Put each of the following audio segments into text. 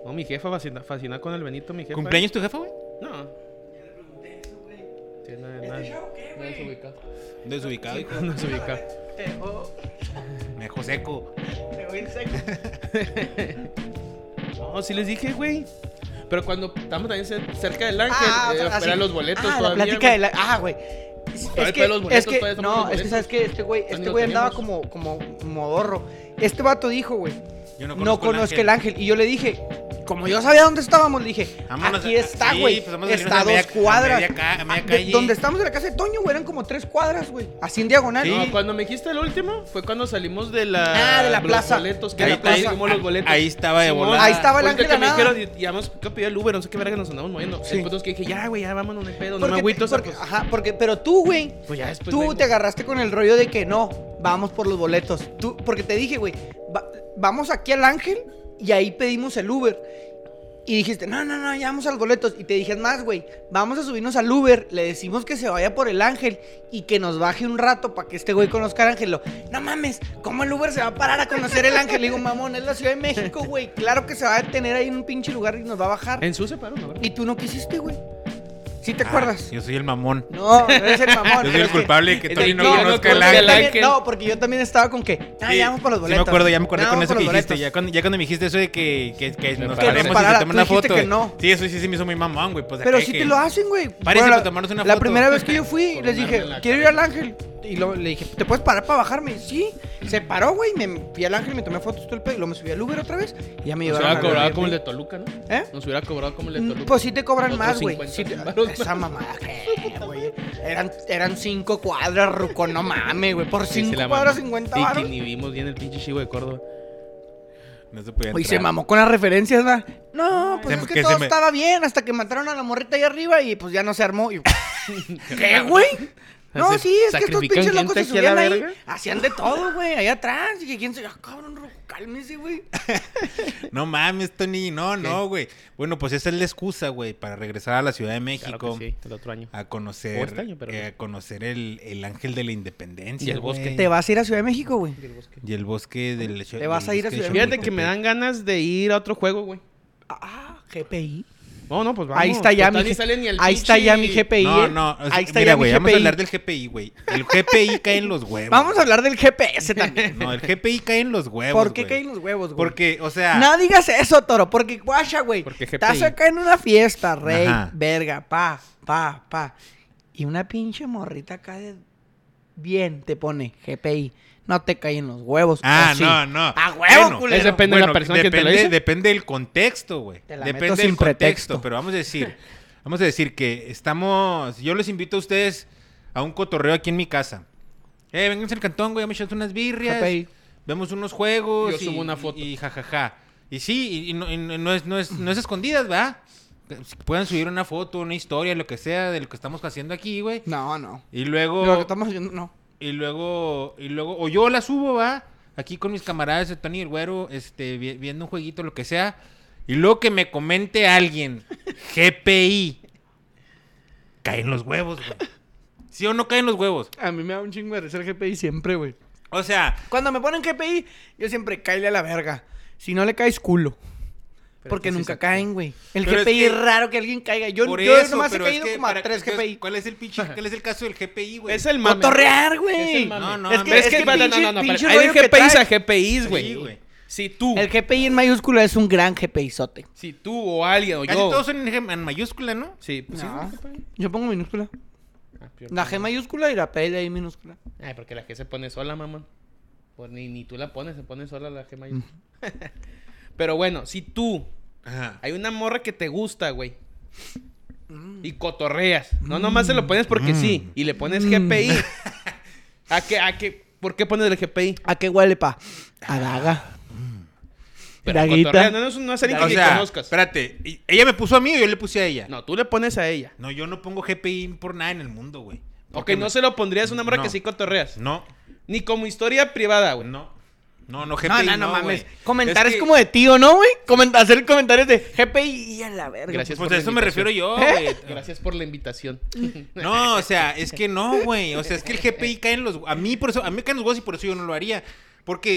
No, mi jefa fascina con el Benito, mi jefa. ¿Cumpleaños tu jefa, güey? No. Sí, nada desubicado. Desubicado, hijo. No desubicado. Me dejó seco. No, sí les dije, güey. Pero cuando estamos también cerca del Ángel, esperan los boletos todavía. La plática de la... güey. Es que ¿sabes qué? Este güey andaba como modorro. Este vato dijo, güey, no conozco el Ángel. Y yo le dije, como yo sabía dónde estábamos, le dije, vámonos, aquí está, güey. Pues está a 2 cuadras. Donde estamos en la casa de Toño, güey, eran como 3 cuadras, güey. Así en diagonal. Sí. No, cuando me dijiste el último, fue cuando salimos de la plaza. Los boletos, que ahí plaza. Los boletos. Ahí estaba de volada. Ahí estaba el Ángel. Que me dijeron, y vamos a pedir el Uber, no sé qué verga nos andamos moviendo. Sí. Después que dije, ya, güey, ya vámonos, no hay pedo, no me agüito. Pero tú, güey, pues ya después tú te agarraste con el rollo de que no, vamos por los boletos. Porque te dije, güey, vamos aquí al Ángel y ahí pedimos el Uber. Y dijiste, no, ya vamos a los boletos. Y te dije, más, güey, vamos a subirnos al Uber. Le decimos que se vaya por el Ángel y que nos baje un rato para que este güey conozca al Ángel. No mames, ¿cómo el Uber se va a parar a conocer el Ángel? Le digo, mamón, es la Ciudad de México, güey. Claro que se va a detener ahí en un pinche lugar y nos va a bajar. En su se paró, ¿no? Y tú no quisiste, güey. ¿Sí te acuerdas? Yo soy el mamón. No eres el mamón. Yo soy el culpable de que Tony no conozca el Ángel. No, porque yo también estaba con que, ya vamos por los boletos. Ya me acordé con eso que dijiste. Ya cuando me dijiste eso de que nos paremos y se toma una foto. Que no. Sí, eso sí me hizo muy mamón, güey. Pues pero sí te lo hacen, güey. Parece para tomarnos una foto. La primera vez que yo fui, les dije, quiero ir al Ángel. Y le dije, ¿te puedes parar para bajarme? Sí. Se paró, güey. Me fui al Ángel, me tomé fotos todo el pedo. Y luego me subí al Uber otra vez. Y ya me llevaron. Nos hubiera cobrado como el de Toluca, ¿no? Nos hubiera cobrado como el de Toluca. Pues sí te cobran más, güey. Esa mamada, güey. Eran 5 cuadras, ruco. No mames, güey. Por 5 cuadras, 50 baros. Y ni vimos bien el pinche chivo de Córdoba. No se podía entrar. Oye, se mamó con las referencias, ¿verdad? No, pues es que todo estaba bien. Hasta que mataron a la morrita ahí arriba. Y pues ya no se armó. ¿Qué, güey? No, sí, es que estos pinches locos se subían ahí. Hacían de todo, güey, allá atrás. Y que quién se... cabrón, cálmese, güey. No mames, Tony, no, güey. Bueno, pues esa es la excusa, güey, para regresar a la Ciudad de México. Claro que sí, el otro año. A conocer, el Ángel de la Independencia. Y el bosque. ¿Te vas a ir a Ciudad de México, güey? Y el bosque del... ¿Te vas a ir a Ciudad de México? Fíjate que me dan ganas de ir a otro juego, güey. GPI. No, pues vamos. Ahí está ya mi GPI. No. Ahí está mira, ya güey, mi vamos GPI. a hablar del GPI, güey. El GPI cae en los huevos. Vamos a hablar del GPS también. No, el GPI cae en los huevos. ¿Por qué cae en los huevos, güey? Porque, o sea... No digas eso, Toro, porque guacha, güey. Estás acá en una fiesta, rey, verga, pa. Y una pinche morrita acá de... Bien, te pone GPI. No te caen los huevos. No. ¡A huevo, culero! Eso depende de la persona que te lo dice. Depende del contexto, güey. Depende del contexto. Pero vamos a decir que estamos... Yo les invito a ustedes a un cotorreo aquí en mi casa. Vénganse al cantón, güey, vamos a echar unas birrias. GPI. Vemos unos juegos. Yo subo una foto. Y jajaja. Y sí, y no es escondidas, ¿verdad? Pueden subir una foto, una historia, lo que sea de lo que estamos haciendo aquí, güey. No. Y luego... Lo que estamos haciendo, no. Y luego, o yo la subo, va, aquí con mis camaradas de Tony y el Güero, viendo un jueguito, lo que sea, y luego que me comente alguien, GPI, caen los huevos, güey. ¿Sí o no caen los huevos? A mí me da un chingo de risa el GPI siempre, güey. O sea... Cuando me ponen GPI, yo siempre caile a la verga. Si no le caes, culo. Porque nunca caen, güey. El pero GPI es raro que alguien caiga. Yo nomás he caído como a 3 GPI. ¿Cuál es el caso del GPI, güey? Es el mame. Cotorrear, güey. No. Es que hay de GPIs a GPIs, güey. Si tú... El GPI en mayúscula es un gran GPIzote. Si tú o alguien o Casi yo... todos son en mayúscula, ¿no? Sí, pues no. Yo pongo minúscula. La G mayúscula y la P de ahí minúscula. Ay, porque la G se pone sola, mamón. Pues ni tú la pones, se pone sola la G mayúscula. Pero bueno, si tú... Hay una morra que te gusta, güey. Y cotorreas. No nomás se lo pones porque sí. Y le pones GPI. ¿Por qué pones el GPI? ¿A qué huele, pa? A daga. Pero cotorreas, no es alguien que conozcas. Espérate. ¿Ella me puso a mí o yo le puse a ella? No, tú le pones a ella. No, yo no pongo GPI por nada en el mundo, güey. Ok, no se lo pondrías a una morra que sí cotorreas. No. Ni como historia privada, güey. No, GPI no mames. Comentar es como de tío, ¿no, güey? Hacer comentarios de GPI y a la verga. Gracias pues a eso me refiero yo, güey. Gracias por la invitación. No, o sea, es que no, güey. O sea, es que el GPI cae en los... A mí me caen los huevos y por eso yo no lo haría. Porque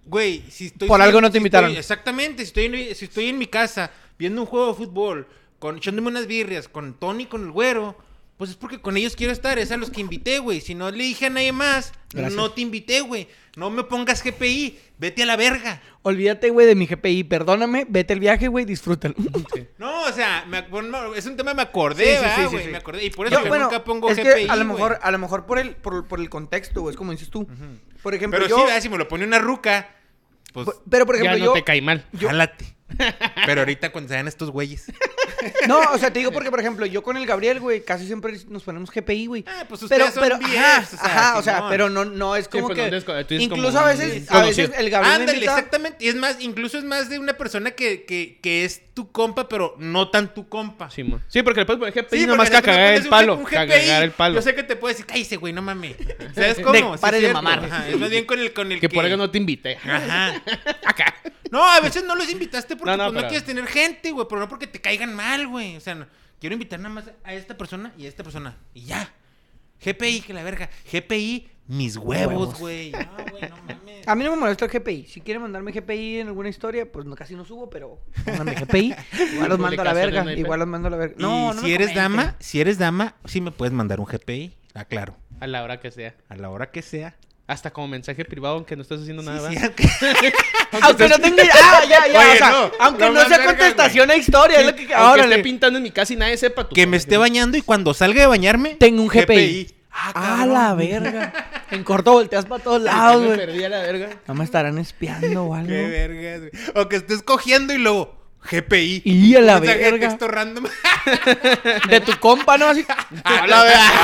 güey, si estoy... Por algo no te invitaron. Exactamente, si estoy en mi casa viendo un juego de fútbol, echándome unas birrias con Tony, con el güero, pues es porque con ellos quiero estar, es a los que invité, güey. Si no le dije a nadie más, no te invité, güey. No me pongas GPI, vete a la verga. Olvídate, güey, de mi GPI, perdóname, vete el viaje, güey, disfrútalo. Sí. No, o sea, es un tema, me acordé, güey, sí. me acordé. Y por eso nunca pongo es GPI, que a lo mejor por el contexto, güey, es como dices tú. Uh-huh. Por ejemplo, pero yo... sí, ¿verdad? Si me lo pone una ruca, pues... Pero, por ejemplo, ya no te cae mal. Jálate. Pero ahorita cuando se dan estos güeyes... No, o sea, te digo porque, por ejemplo, yo con el Gabriel, güey, casi siempre nos ponemos GPI, güey. Pues ustedes son pero no es como pues que... no incluso como a veces el Gabriel me Ándale, invita... exactamente. Y es más, incluso es más de una persona que es tu compa, pero no tan tu compa. Sí, sí, porque le puedes poner GPI Sí, nomás porque cagar el palo. un Cagar el palo. Yo sé que te puedes decir, cállese, güey, no mames. ¿Sabes cómo? Pare Sí, de cierto. mamar. Ajá, es más bien con el Que por eso no te invité. Ajá. Acá. No, a veces no los invitaste porque No, no pero... quieres tener gente, güey, pero no porque te caigan mal, güey. O sea, quiero invitar nada más a esta persona y a esta persona. Y ya. GPI, que la verga. GPI, mis huevos, güey. No, güey, no mames. A mí no me molesta el GPI. Si quieren mandarme GPI en alguna historia, pues casi no subo, pero mándame GPI. Igual los mando a la verga. No, si eres dama, sí me puedes mandar un GPI. Ah, claro. A la hora que sea. A la hora que sea. Hasta como mensaje privado, aunque no estés haciendo nada. Sí, aunque no tenga... ya. Oye, o sea, no, aunque no sea contestación a historia. Es lo que... Ahora Órale. esté pintando en mi casa y nadie sepa. Que me esté bañando y cuando salga de bañarme... Tengo un GPI. Ah, la verga. En corto volteas para todos lados, Me güey. perdí a la verga. No me estarán espiando o algo. Qué vergas, güey. O que estés cogiendo y luego... GPI. Y a la Mensaje de verga. texto random. De tu compa, ¿no? Así. A la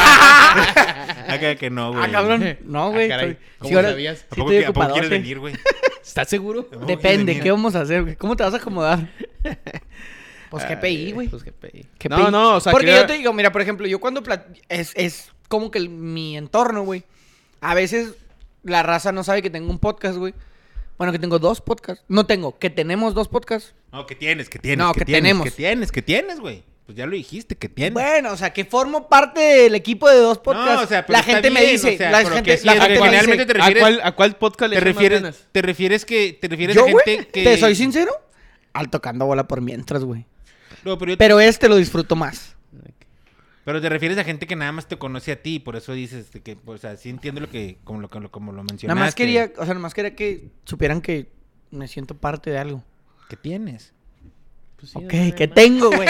verga. Acá que no, güey. Cabrón. No, güey. caray. ¿Cómo Sí, ahora- sabías? sí ¿A poco, estoy ¿a poco ocupado, quieres sí. venir, güey? ¿Estás seguro? ¿A poco Depende, quieres venir? ¿qué vamos a hacer, güey? ¿Cómo te vas a acomodar? Pues GPI, güey. Pues GPI. GPI. No, o sea, porque quería- yo te digo, mira, por ejemplo, yo cuando es como que mi entorno, güey. A veces la raza no sabe que tengo un podcast, güey. Bueno, que tengo 2 podcasts. No tengo, que tenemos 2 podcasts. No, que tienes. No, que tenemos. Que tienes, güey. Pues ya lo dijiste, que tienes. Bueno, o sea, que formo parte del equipo de 2 podcasts. No, o sea, pero la está gente me bien, dice, o sea, la pero gente, que sí, la gente me generalmente dice, te refieres- ¿A cuál podcast le ¿Te echas más refieres, ganas? te refieres yo, a gente güey, que... te soy sincero, al tocando bola por mientras, güey. No, pero, Pero lo disfruto más. pero te refieres a gente que nada más te conoce a ti, por eso dices que, o sea, sí entiendo lo que, como lo mencionaste. Nada más quería que supieran que me siento parte de algo. ¿Qué tienes? Pues sí, Ok, nada que más. tengo, güey.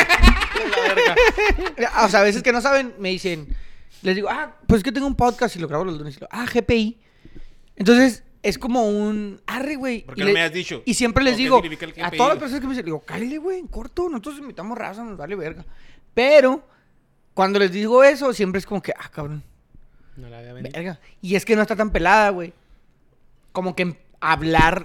O sea, a veces que no saben, me dicen, les digo, pues es que tengo un podcast y lo grabo los lunes. Y GPI. Entonces, es como un arre, güey. ¿Por qué no me has dicho? Y siempre les ¿O qué digo, significa el a GPI, todas las güey? personas que me dicen, digo, cállate, güey, en corto, nosotros invitamos raza, nos vale verga. Pero, cuando les digo eso, siempre es como que, cabrón, No la había venido. verga. Y es que no está tan pelada, güey. Como que hablar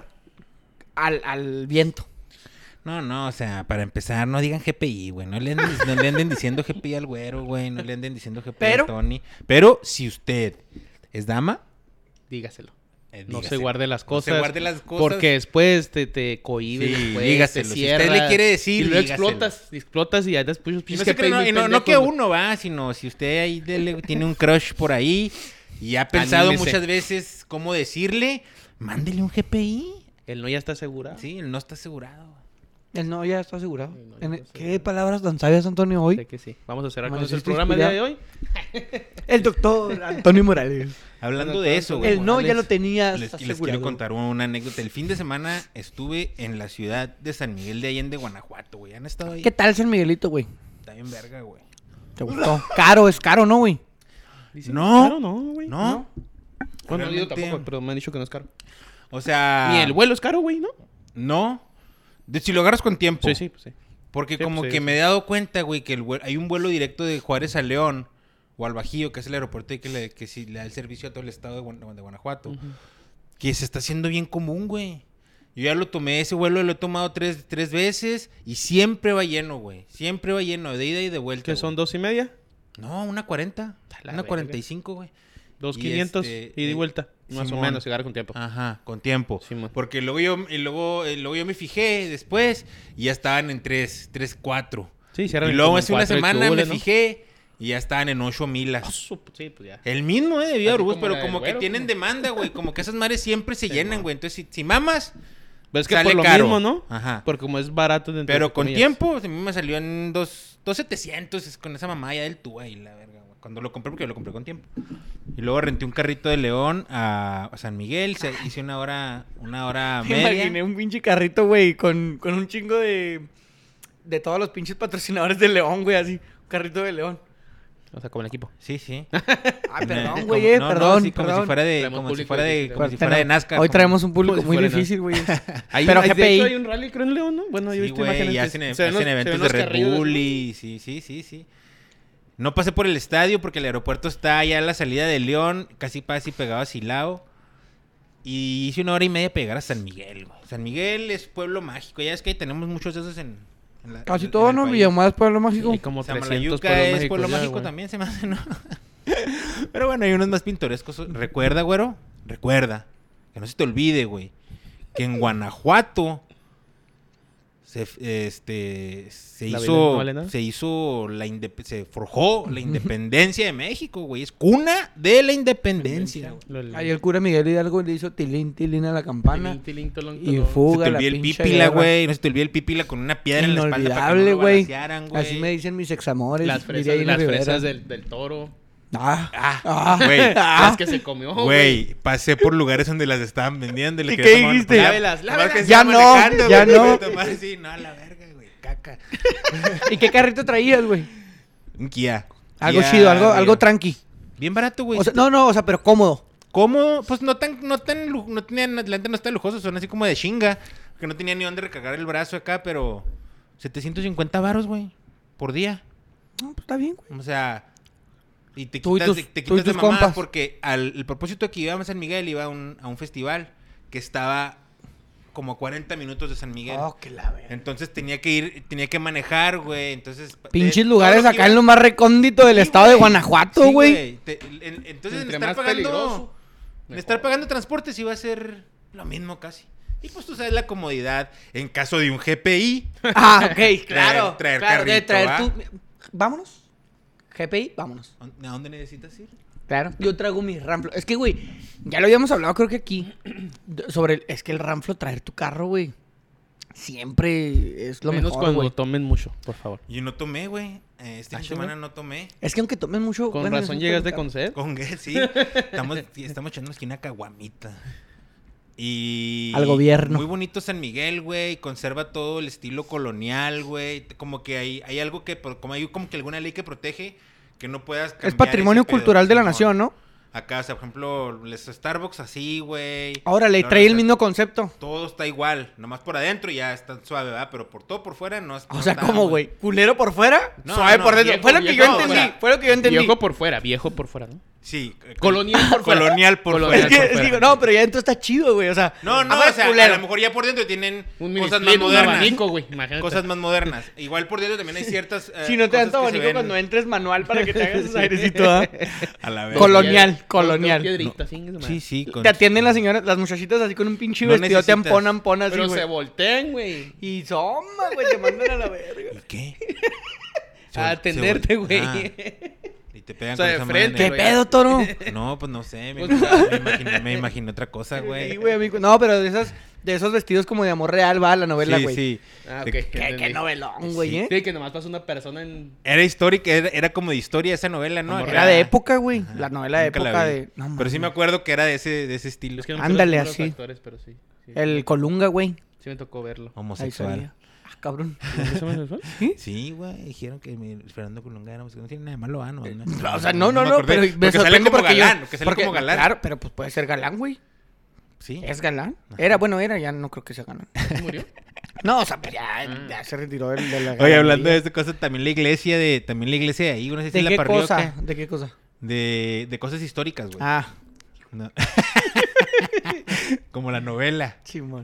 al viento. No, o sea, para empezar, no digan GPI, güey. No le anden diciendo GPI al güero, güey. No le anden diciendo GPI Pero- a Tony. Pero si usted es dama, Dígaselo. No dígaselo. se guarde las No cosas. se guarde las cosas. Porque después te cohíbe. Sí, después, dígaselo. te Si usted cierras, le quiere decir, y luego dígaselo. explotas y ya después... Y no, se cree, no que uno va, sino si usted ahí tiene un crush por ahí y ha pensado Anímese. muchas veces cómo decirle, mándele un GPI. El no ya está asegurado. Sí, él no está asegurado. El no ya está asegurado. El no ya está ¿Qué asegurado. palabras tan sabias, Antonio, hoy? Sé que sí. Vamos a cerrar Me con el hiciste programa el día de inspirar. hoy. El doctor Antonio Morales. Hablando Bueno, de eso, güey. El no ya Morales. lo tenías Les asegurado. quiero contar una anécdota. El fin de semana estuve en la ciudad de San Miguel de Allende, Guanajuato, güey. ¿Han estado ahí? ¿Qué tal San Miguelito, güey? Está bien verga, güey. ¿Te gustó? Es caro, ¿no, güey? Dicen, No. Caro, no, güey. ¿No? Bueno, no he ido Realmente- tampoco, pero me han dicho que no es caro. O sea... Ni el vuelo es caro, güey, ¿no? No. Si lo agarras con tiempo. Sí, sí, pues sí. Porque Sí, como pues, que sí, me he sí. dado cuenta, güey, que hay un vuelo directo de Juárez a León o al Bajío, que es el aeropuerto y que sí le da el servicio a todo el estado de Guanajuato. Que se está haciendo bien común, güey. Yo ya lo tomé, ese vuelo lo he tomado tres veces y siempre va lleno, güey. Siempre va lleno, de ida y de vuelta. ¿Qué son güey. 2:30? No, 1:40. la 1:45, güey. 2:500 Y y de vuelta. Más o Simón. menos, llegar con tiempo. Ajá, con tiempo. Simón. Porque luego yo me fijé después y ya estaban en 3:4. Sí, cierran Y luego como hace una en 4 de semana octubre, me ¿no? fijé Y ya estaban en 8 milas. Sí, pues ya. El mismo, de Villarubús, como pero la del como que güero, tienen ¿no? demanda, güey. Como que esas madres siempre se llenan, güey. Entonces, si mamas, Pero es que sale por lo caro. mismo, ¿no? Ajá. Porque como es barato dentro Pero de con comillas. tiempo, a mí me salió en 2,700 con esa mamá ya del Tua y la verga, güey. Cuando lo compré, porque yo lo compré con tiempo. Y luego renté un carrito de León a San Miguel. Hice una hora Me media. imaginé un pinche carrito, güey, con un chingo de todos los pinches patrocinadores de León, güey, así. Un carrito de León. O sea, como el equipo. Sí, sí. Ay, perdón, Como- güey, no, perdón, sí, como perdón. si fuera de, Traemos como si público fuera de, difícil. como si fuera de NASCAR. Hoy como- traemos un público como si muy fuera difícil, güey. Ahí, Pero de GPI. hecho, hay un rally, creo, en León, ¿no? Bueno, yo he Sí, visto güey, imágenes. y que hacen se ven los- se eventos ven de los Red carrillos Bull así. y sí. No pasé por el estadio porque el aeropuerto está allá a la salida de León, casi pegado a Silao. Y hice 1 hora y media para llegar a San Miguel, güey. San Miguel es pueblo mágico, ya es que tenemos muchos de esos en Casi en todo, el ¿no? país. Villamueva es pueblo mágico. Hay como 300 Samalayuca pueblos es mágicos pueblo ya, mágico güey. también, se me hace, ¿no? Pero bueno, hay unos más pintorescos. Recuerda, güero, que no se te olvide, güey, que en Guanajuato se ¿La hizo, no vale nada? se forjó la independencia de México, güey. Es cuna de la independencia, güey. Lo del- Ahí el cura Miguel Hidalgo le hizo tilín, tilín a la campana. Tilín, tilín, tolón, Y tolón. No se fuga te la olvide el pinche pípila, guerra. güey. No se te olvide el pípila con una piedra en la espalda para que Inolvidable, no lo güey. balacearan, güey. Así me dicen mis examores. Las diría Jenny las Rivera. fresas del toro. Güey. Las que se comió, Güey, pasé por lugares donde las estaban vendiendo. ¿Y qué dijiste? Lávelas, lávelas. Ya no, ya no. Sí, no, a la verga, güey. Caca. ¿Y qué carrito traías, güey? Un Kia. Algo Kia chido, algo Rio. tranqui. Bien barato, güey. O sea, no, o sea, pero cómodo. ¿Cómo? Pues no tenían, la neta no está lujoso, son así como de chinga. Que no tenía ni dónde recargar el brazo acá, pero 750 varos, güey, por día. No, pues está bien, güey. O sea, y te Tú y quitas, tus- te tú y quitas de tus mamá compas. porque el propósito de que íbamos a San Miguel iba a un festival que estaba como a 40 minutos de San Miguel. Oh, que la verga. Entonces tenía que manejar, güey. Entonces Pinches todo lugares lo que acá iba- en lo más recóndito del Sí, estado de güey. Guanajuato, Sí, güey. Entonces Entre en más estar pagando peligroso, en estar pagando transportes iba a ser lo mismo casi. Y pues tú sabes la comodidad en caso de un GPI. Ah, ok, claro. traer claro, de carrito, traer ¿va? tu... Vámonos. GPI, vámonos. ¿A dónde necesitas ir? Claro. Yo traigo mi Ramflo. Es que, güey, ya lo habíamos hablado creo que aquí. Sobre es que el Ramflo, traer tu carro, güey. Siempre es lo Menos mejor, cuando güey. tomen mucho, por favor. Yo no tomé, güey. Esta Ah, semana chinga. no tomé. Es que aunque tomes mucho... Con bueno, razón eso llegaste está con sed. Con qué, sí. Estamos echando aquí una caguamita. Y... Al gobierno. Muy bonito San Miguel, güey. Conserva todo el estilo colonial, güey. Como que hay algo que... Como hay como que alguna ley que protege que no puedas cambiar Es patrimonio ese pedo, cultural de la Simón. nación, ¿no? Acá, o sea, por ejemplo, los Starbucks así, güey. Ahora le No, trae o el sea, mismo concepto. Todo está igual. Nomás por adentro ya está suave, ¿verdad? Pero por todo por fuera no O sea, está ¿cómo, muy- güey? ¿Culero por fuera? No, Suave no, por dentro. viejo, Fue lo que yo viejo, entendí. o sea, Fue lo que yo entendí. Viejo por fuera, ¿no? Sí. Colonial por fuera. Colonial por Colonial fuera. Es que por fuera. digo, no, pero ya dentro está chido, güey. O sea, No, afuera o sea, culero. a lo mejor ya por dentro tienen Un mini cosas más split, un modernas. abanico, güey. Imagínate. Cosas más modernas. Igual por dentro también hay ciertas Si no te dan cosas tu que se abanico ven cuando entres manual para que te hagas sus airecitos, ¿ah? a la vez. Colonial, Dos colonial. piedritas, chingue su madre. Sí, sí. con- Te atienden las señoras, las muchachitas así con un pinche No vestido, te necesitas. amponan así, Pero güey. se voltean, güey. Y soma, güey, te mandan a la verga. ¿Y qué? A atenderte, güey. Y te pegan O sea, con de esa frente, madre. ¿Qué güey. pedo, toro? No, pues no sé. Pues- Me imaginé otra cosa, Sí, güey. güey, amigo. No, pero de esos vestidos como de amor real va la novela, Sí, güey. sí. Ah, De- ok. Qué entendí. novelón, güey, Sí. ¿eh? Sí, que nomás pasa una persona en... Era histórica, era como de historia esa novela, ¿no? Amor Era de época, güey. Ajá, La novela de nunca la época vi. de... No, Pero sí me mames. acuerdo que era de ese estilo. Es que no Ándale, sé los así. actores, pero sí. Sí, El Colunga, güey. sí me tocó verlo. Ahí Homosexual. salía. Ah, cabrón. ¿Es homosexual? Sí, güey, dijeron que Fernando Colunga era homosexual. No tiene nada de malo, ¿no? O sea, no, me acordé. pero me Porque sale sorprende como porque yo... galán, que sale porque- como galán. Claro, pero pues puede ser galán, güey. Sí. ¿Es galán? Era, ya no creo que sea galán. ¿Se murió? No, o sea, pues ya se retiró de la Oye, hablando de galería. esta cosa, también la iglesia de ahí, no sé si ¿De la qué parroquia. cosa? ¿De qué cosa? De cosas históricas, güey. Ah, No. Como la novela. chimón.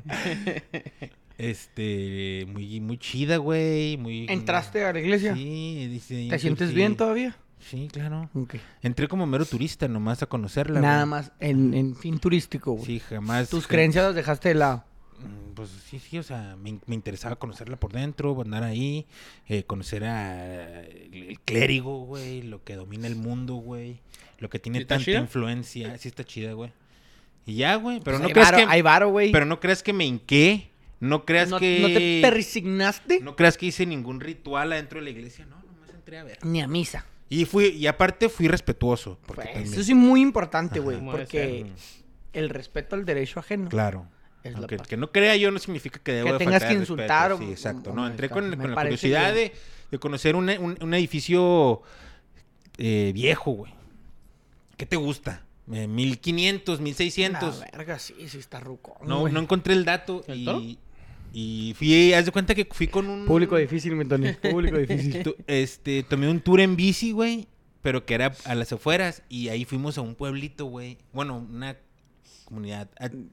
Muy, muy chida, güey. Muy. ¿Entraste a la iglesia? Sí, dice. ¿Te sientes sí. bien todavía? Sí, claro. Ok. Entré como mero turista nomás a conocerla. Nada güey. más en fin turístico, güey. Sí, jamás. Tus creencias las dejaste de lado. Pues sí, o sea, me interesaba conocerla por dentro, andar ahí, conocer el clérigo, güey, lo que domina el mundo, güey, lo que tiene tanta influencia. Sí está chida, güey. Y ya, güey, pero pues no creas que... Hay varo, güey. Pero no creas que me hinqué, no creas que... ¿No te persignaste? No creas que hice ningún ritual adentro de la iglesia, no, nomás entré a ver. Ni a misa. Y aparte fui respetuoso. Pues, eso sí es muy importante, güey, porque el respeto al derecho ajeno. Claro. Aunque que no crea yo no significa que debo que de tengas faltar que insultar respeto. Sí, exacto. No, entré con la parece curiosidad de conocer un edificio viejo, güey. ¿Qué te gusta? 1500, 1600. La verga, sí está rucón. No encontré el dato. ¿El toro? Y fui, haz de cuenta que fui con un... Público difícil, mi Tony. Público difícil. Tomé un tour en bici, güey, pero que era a las afueras. Y ahí fuimos a un pueblito, güey. Bueno, una comunidad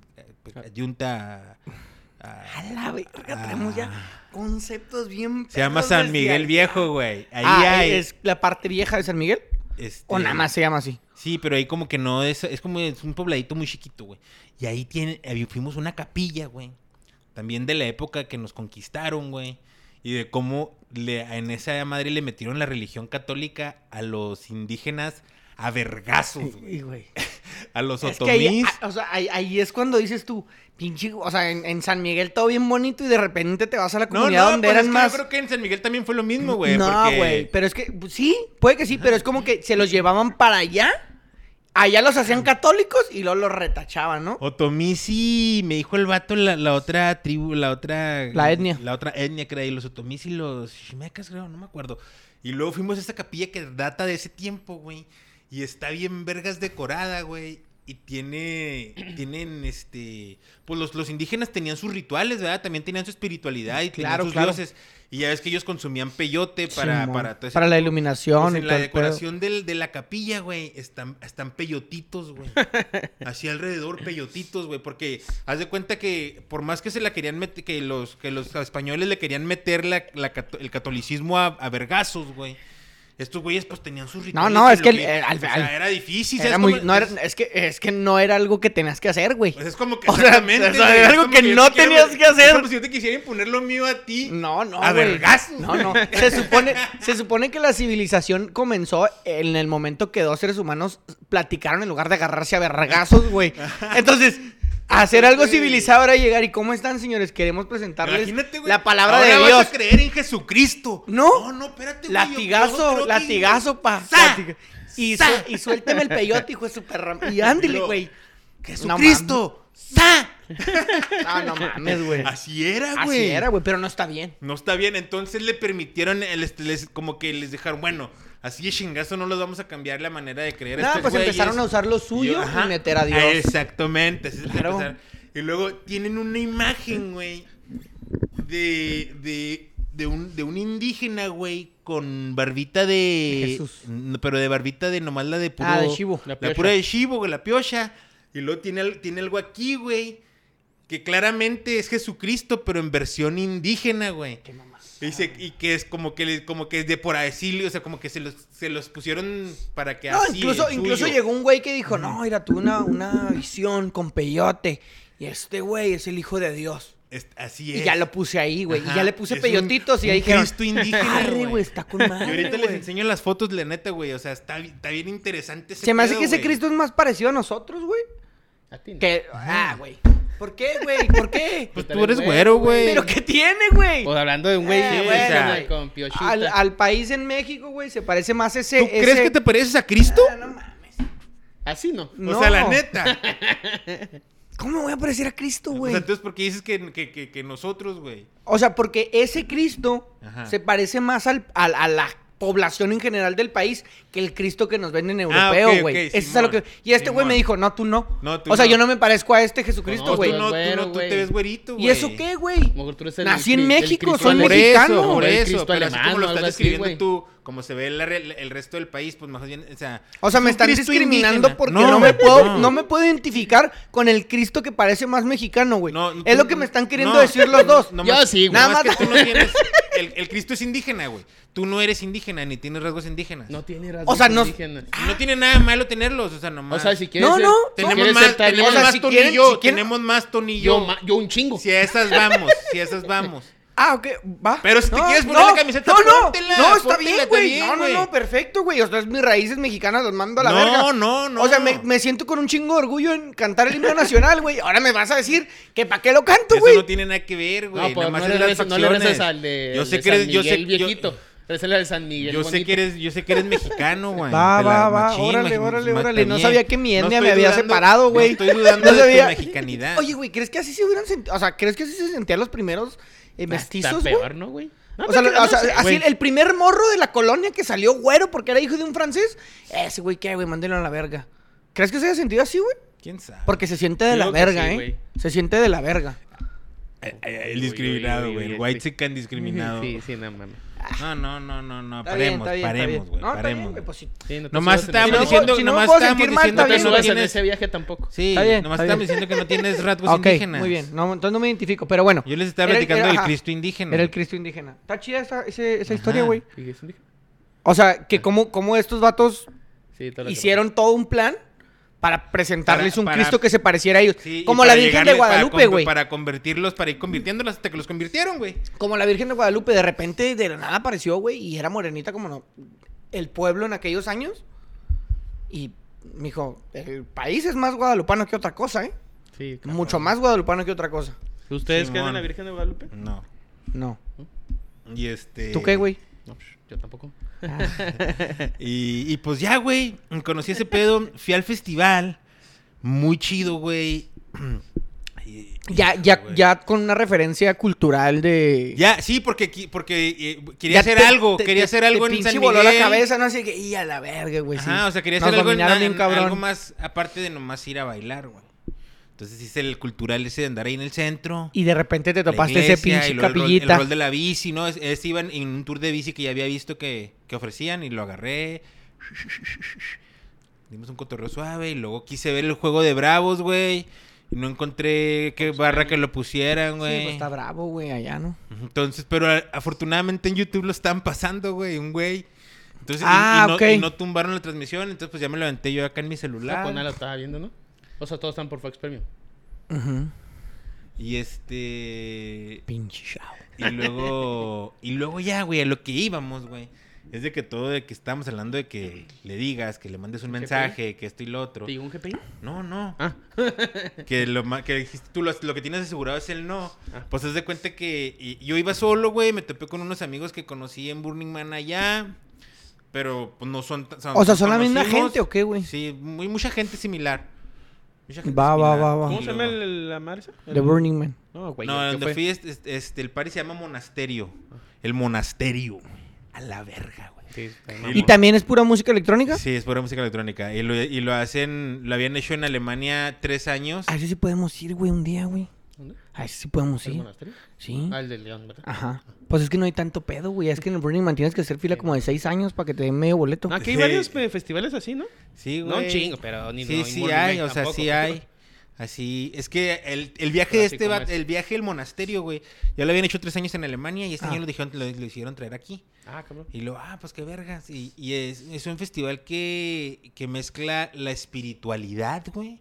adyunta a la verga, tenemos ya conceptos bien... Se llama San Miguel Viejo, güey. Ahí ¿es la parte vieja de San Miguel? ¿O nada más se llama así? Sí, pero ahí como que no es como es un pobladito muy chiquito, güey. Y ahí fuimos a una capilla, güey. También de la época que nos conquistaron, güey. Y de cómo en esa madre le metieron la religión católica a los indígenas a vergazos, güey. A los otomís. Ahí es cuando dices tú, pinche, o sea, en San Miguel todo bien bonito y de repente te vas a la comunidad donde eran más... Yo creo que en San Miguel también fue lo mismo, güey. No, güey, pero es que, sí, puede que sí, pero es como que se los llevaban para allá. Allá los hacían católicos y luego los retachaban, ¿no? Otomisi, me dijo el vato, la otra tribu, la etnia. La otra etnia que era ahí, los otomís y los shimecas, creo, no me acuerdo. Y luego fuimos a esta capilla que data de ese tiempo, güey. Y está bien vergas decorada, güey. Y tienen, pues los indígenas tenían sus rituales, ¿verdad? También tenían su espiritualidad y tenían sus dioses. Y ya ves que ellos consumían peyote para todo ese para la iluminación. Pues en la decoración de la capilla, güey, están peyotitos, güey. Así alrededor, peyotitos, güey. Porque haz de cuenta que por más que se la querían meter, que los españoles le querían meter el catolicismo a vergazos, güey. Estos güeyes pues tenían sus rituales. No, es que era difícil. Es que no era algo que tenías que hacer, güey. Pues es como que exactamente. O sea, era algo que no tenías que hacer. Es como si yo te quisiera imponer lo mío a ti. No, a vergazos. No. Se supone que la civilización comenzó en el momento que dos seres humanos platicaron en lugar de agarrarse a vergazos, güey. Entonces, hacer algo civilizado era llegar. ¿Y cómo están, señores? Queremos presentarles la palabra ahora de Dios. Vas a creer en Jesucristo. No, espérate, güey. Latigazo, pa. Y suélteme el peyote, hijo de su perra. Y ándale, güey. Jesucristo. No mames, güey. Así era, güey. Pero no está bien. No está bien. Entonces le permitieron, como que les dejaron, bueno, así de chingazo no los vamos a cambiar la manera de creer. Pues empezaron a usar lo suyo y meter a Dios. Exactamente. Claro. Y luego tienen una imagen, güey, de un indígena, güey, con barbita de... Jesús. Pero de barbita de nomás la de puro... de chivo. La pura de chivo, güey, la piocha. Y luego tiene algo aquí, güey, que claramente es Jesucristo, pero en versión indígena, güey. Qué mamá. Y que es como que es de por así, o sea, como que se los pusieron para que no, así. Incluso llegó un güey que dijo, no, mira, tuve una visión con peyote. Y este güey es el hijo de Dios. Así es. Y ya lo puse ahí, güey. Ajá. Y ya le puse peyotitos y ahí dijeron... Cristo indígena, güey, está con madre, Y ahorita güey. les enseño las fotos, la neta, güey. O sea, está bien interesante ese Se me hace que ese güey. Cristo es más parecido a nosotros, güey. A ti no. Güey. ¿Por qué, güey? ¿Por qué? Pues tú eres güero, güey. ¿Pero qué tiene, güey? Pues hablando de un güey bueno, con piochita. Al país en México, güey, se parece más ese... ¿Tú crees que te pareces a Cristo? No mames. Así no. No. O sea, la neta. ¿Cómo me voy a parecer a Cristo, O güey? sea, entonces, ¿por qué dices que nosotros, güey? O sea, porque ese Cristo Ajá. se parece más a la población en general del país que el Cristo que nos venden europeo, güey. Ok, Eso es a lo que... Y este güey me dijo, no, tú no. tú o sea, no. yo no me parezco a este Jesucristo, No, güey. tú Tú te ves güerito, güey. ¿Y eso qué, güey? A lo mejor tú eres Nací en México, Cristo soy alemán. mexicano. Por el eso, Cristo pero así alemán como lo o algo estás así, describiendo güey. tú, como se ve el resto del país, pues más bien, O sea, me un están Cristo discriminando indígena. porque No, no me puedo identificar con el Cristo que parece más mexicano, güey. No, Es tú- lo que me están queriendo no. decir los dos. No Yo más- sí, güey. Nada Nada más más- que tú no tienes... el Cristo es indígena, güey. Tú no eres indígena ni tienes rasgos indígenas. No tiene rasgos O sea, no- indígenas. No tiene nada malo tenerlos, o sea, nomás. O sea, si quieres No, ser, no. tenemos quieres más, ser tenemos tariano, más si Tony quieren- y yo, si quieren- tenemos más Tony y yo, yo. yo un chingo. Si a esas vamos. Ah, ok, va. Pero si te quieres poner la camiseta, póntela, No, está póntela, bien, está güey. bien, No, güey. perfecto, güey. O sea, es mis raíces mexicanas, las mando a la verga. No. O sea, me siento con un chingo de orgullo en cantar el himno nacional, güey. Ahora me vas a decir que para qué lo canto, Eso güey. no tiene nada que ver, güey. No, pues Nada más no es le las reces, no le reces facciones. al de, Yo sé de que San eres, yo sé, Miguel viejito. Rezale al San Miguel yo sé bonito. que eres mexicano, güey. Va, Te la va. Órale. está No bien. sabía que mi etnia estoy me había dudando- separado, güey. No estoy dudando No de sabía. tu mexicanidad. Oye, güey, ¿crees que así se hubieran sentido? O sea, ¿crees que así se sentían los primeros mestizos, Está güey? peor, ¿no, güey? No, O sea, no sé, así güey. el primer morro de la colonia que salió güero porque era hijo de un francés. Ese güey, ¿qué, güey? Mándenlo a la verga. ¿Crees que se haya sentido así, güey? ¿Quién sabe? Porque se siente de Yo la digo que verga, sí, ¿eh? güey. Se siente de la verga. El discriminado, güey. El white chicken discriminado. Sí, no mames. No. Está bien, Paremos, güey. No, está bien, Paremos. güey, pues sí. Sí, no te Nomás subas en estábamos ese- diciendo, si no me nomás puedo estábamos sentir mal, diciendo No te que no subas en tienes. ese viaje tampoco. Sí, Está bien, nomás está estábamos bien. diciendo que no tienes rasgos Ok, indígenas. muy bien. No, entonces no me identifico, pero bueno. Yo les estaba Era- platicando del ajá. Cristo indígena. Era el Cristo indígena. Está chida esa Ajá. historia, güey. ¿Y qué es indígena? O sea, que cómo estos vatos Sí, todo lo que- hicieron todo un plan para presentarles un Para- Cristo que se pareciera a ellos. Sí, y Como para la Virgen de llegarle- Guadalupe, güey. Para convertirlos, para ir convirtiéndolos hasta que los convirtieron, güey. Como la Virgen de Guadalupe, de repente de la nada apareció, güey, y era morenita como no, el pueblo en aquellos años. Y, mijo, el país es más guadalupano que otra cosa, ¿eh? Sí, cabrón. Mucho más guadalupano que otra cosa. ¿Ustedes Simón. creen en la Virgen de Guadalupe? No. No. Y ¿Tú qué, güey? No, pues, yo tampoco. Y pues ya, güey. Conocí ese pedo. Fui al festival. Muy chido, güey. Ya con una referencia cultural de... Ya, sí, porque quería Ya hacer te- algo. te- Quería te- hacer algo te en San pinche Miguel. voló la cabeza, no sé qué. Y a la verga, güey, sí. Ajá, o sea, quería Nos hacer algo, dominaron bien cabrón. algo más, aparte de nomás ir a bailar, güey. Entonces hice el cultural ese de andar ahí en el centro. Y de repente te la topaste ese iglesia, pinche y luego capillita. el rol de la bici, ¿no? Iban en un tour de bici que ya había visto que ofrecían y lo agarré. Dimos un cotorreo suave y luego quise ver el juego de Bravos, güey. Y no encontré qué barra que lo pusieran, Sí, güey. pues está bravo, güey, allá, ¿no? Entonces, pero afortunadamente en YouTube lo estaban pasando, güey, un güey. Entonces, ok. y no tumbaron la transmisión, entonces pues ya me levanté yo acá en mi celular. Con lo estaba viendo, ¿no? O sea, todos están por Fox Premium. Ujú. Y Pinche chavo. y luego ya, güey, a lo que íbamos, güey. Es de que todo de que estábamos hablando de que le digas, que le mandes un mensaje, que esto y lo otro. ¿Te digo un GPI? No. Ah. Que dijiste tú, lo que tienes asegurado es el no. Ah. Pues haz de cuenta que yo iba solo, güey, me topé con unos amigos que conocí en Burning Man allá. Pero pues no son... O sea, ¿son la misma conocimos. gente o qué, güey? Sí, mucha gente similar. Mucha gente Va. ¿Cómo Y se llama luego- la madre esa? The Burning Man. No, güey. No, ¿qué donde fue? fui, el party se llama Monasterio. El Monasterio. A la verga, güey. Sí, está Y mamón. ¿Y también es pura música electrónica? Sí, es pura música electrónica. Y lo habían hecho en Alemania 3 años. A ese sí podemos ir, güey, un día, güey. ¿Dónde? A ese sí podemos ¿El ir. monasterio? Sí. Ah, el de León, ¿verdad? Ajá. Pues es que no hay tanto pedo, güey. Es que en el Burning Man tienes que hacer fila como de 6 años para que te den medio boleto. Aquí hay Sí. varios festivales así, ¿no? Sí, güey. No un chingo, pero ni Sí, no, sí Burning hay, Man o sea, tampoco, sí pero- hay. Así, es que el viaje Pero de así como es. el viaje del monasterio, güey, ya lo habían hecho 3 años en Alemania y este Ah. año lo hicieron traer aquí. Ah, cabrón. Y pues qué vergas. Y es un festival que mezcla la espiritualidad, güey.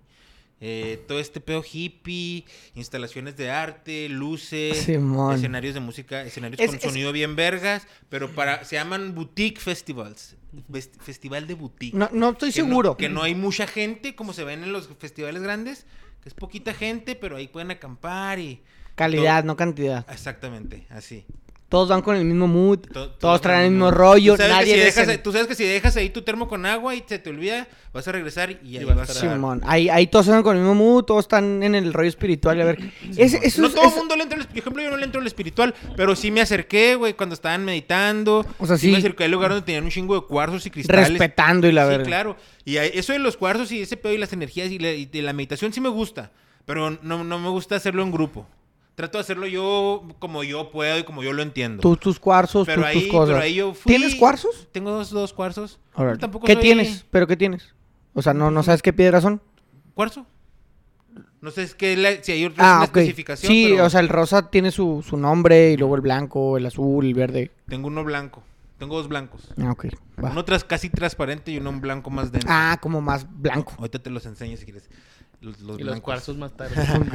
Todo este pedo hippie, instalaciones de arte, luces, Simón. escenarios de música, escenarios Es- con es- sonido bien vergas, pero se llaman boutique festivals. Festival de boutique. No estoy Que seguro. que no hay mucha gente, como se ven en los festivales grandes, que es poquita gente, pero ahí pueden acampar y... Calidad, todo- no cantidad. Exactamente, así. Todos van con el mismo mood. Todos Todos traen el mismo. mismo rollo. Tú sabes, Nadie que si deja- dejas, tú sabes que si dejas ahí tu termo con agua y se te olvida, vas a regresar y ahí vas a vas a... estar- Simón. Ahí todos están con el mismo mood. Todos están en el rollo espiritual. Y a ver. Eso No es- todo el es- mundo le entra, por ejemplo, yo no le entro al espiritual, pero sí me acerqué, güey, cuando estaban meditando. O sea, sí. me acerqué al lugar donde tenían un chingo de cuarzos y cristales. respetando y la Sí, verga. claro. Y eso de los cuarzos y ese pedo y las energías y de la meditación sí me gusta, pero no me gusta hacerlo en grupo. Trato de hacerlo yo como yo puedo y como yo lo entiendo. Tus cuarzos, pero tus cosas. pero ahí yo fui... ¿Tienes cuarzos? Tengo dos cuarzos. Órale. Tampoco ¿Qué soy- tienes? ¿Pero qué tienes? O sea, no sabes qué piedras son. ¿Cuarzo? No sé si hay otra especificación. Sí, pero... o sea, el rosa tiene su nombre y luego el blanco, el azul, el verde. Tengo uno blanco. Tengo 2 blancos. Ok. Va. Uno casi transparente y uno en blanco más denso. Como más blanco. Ahorita te los enseño si quieres. Los y blancos. los cuarzos más tarde.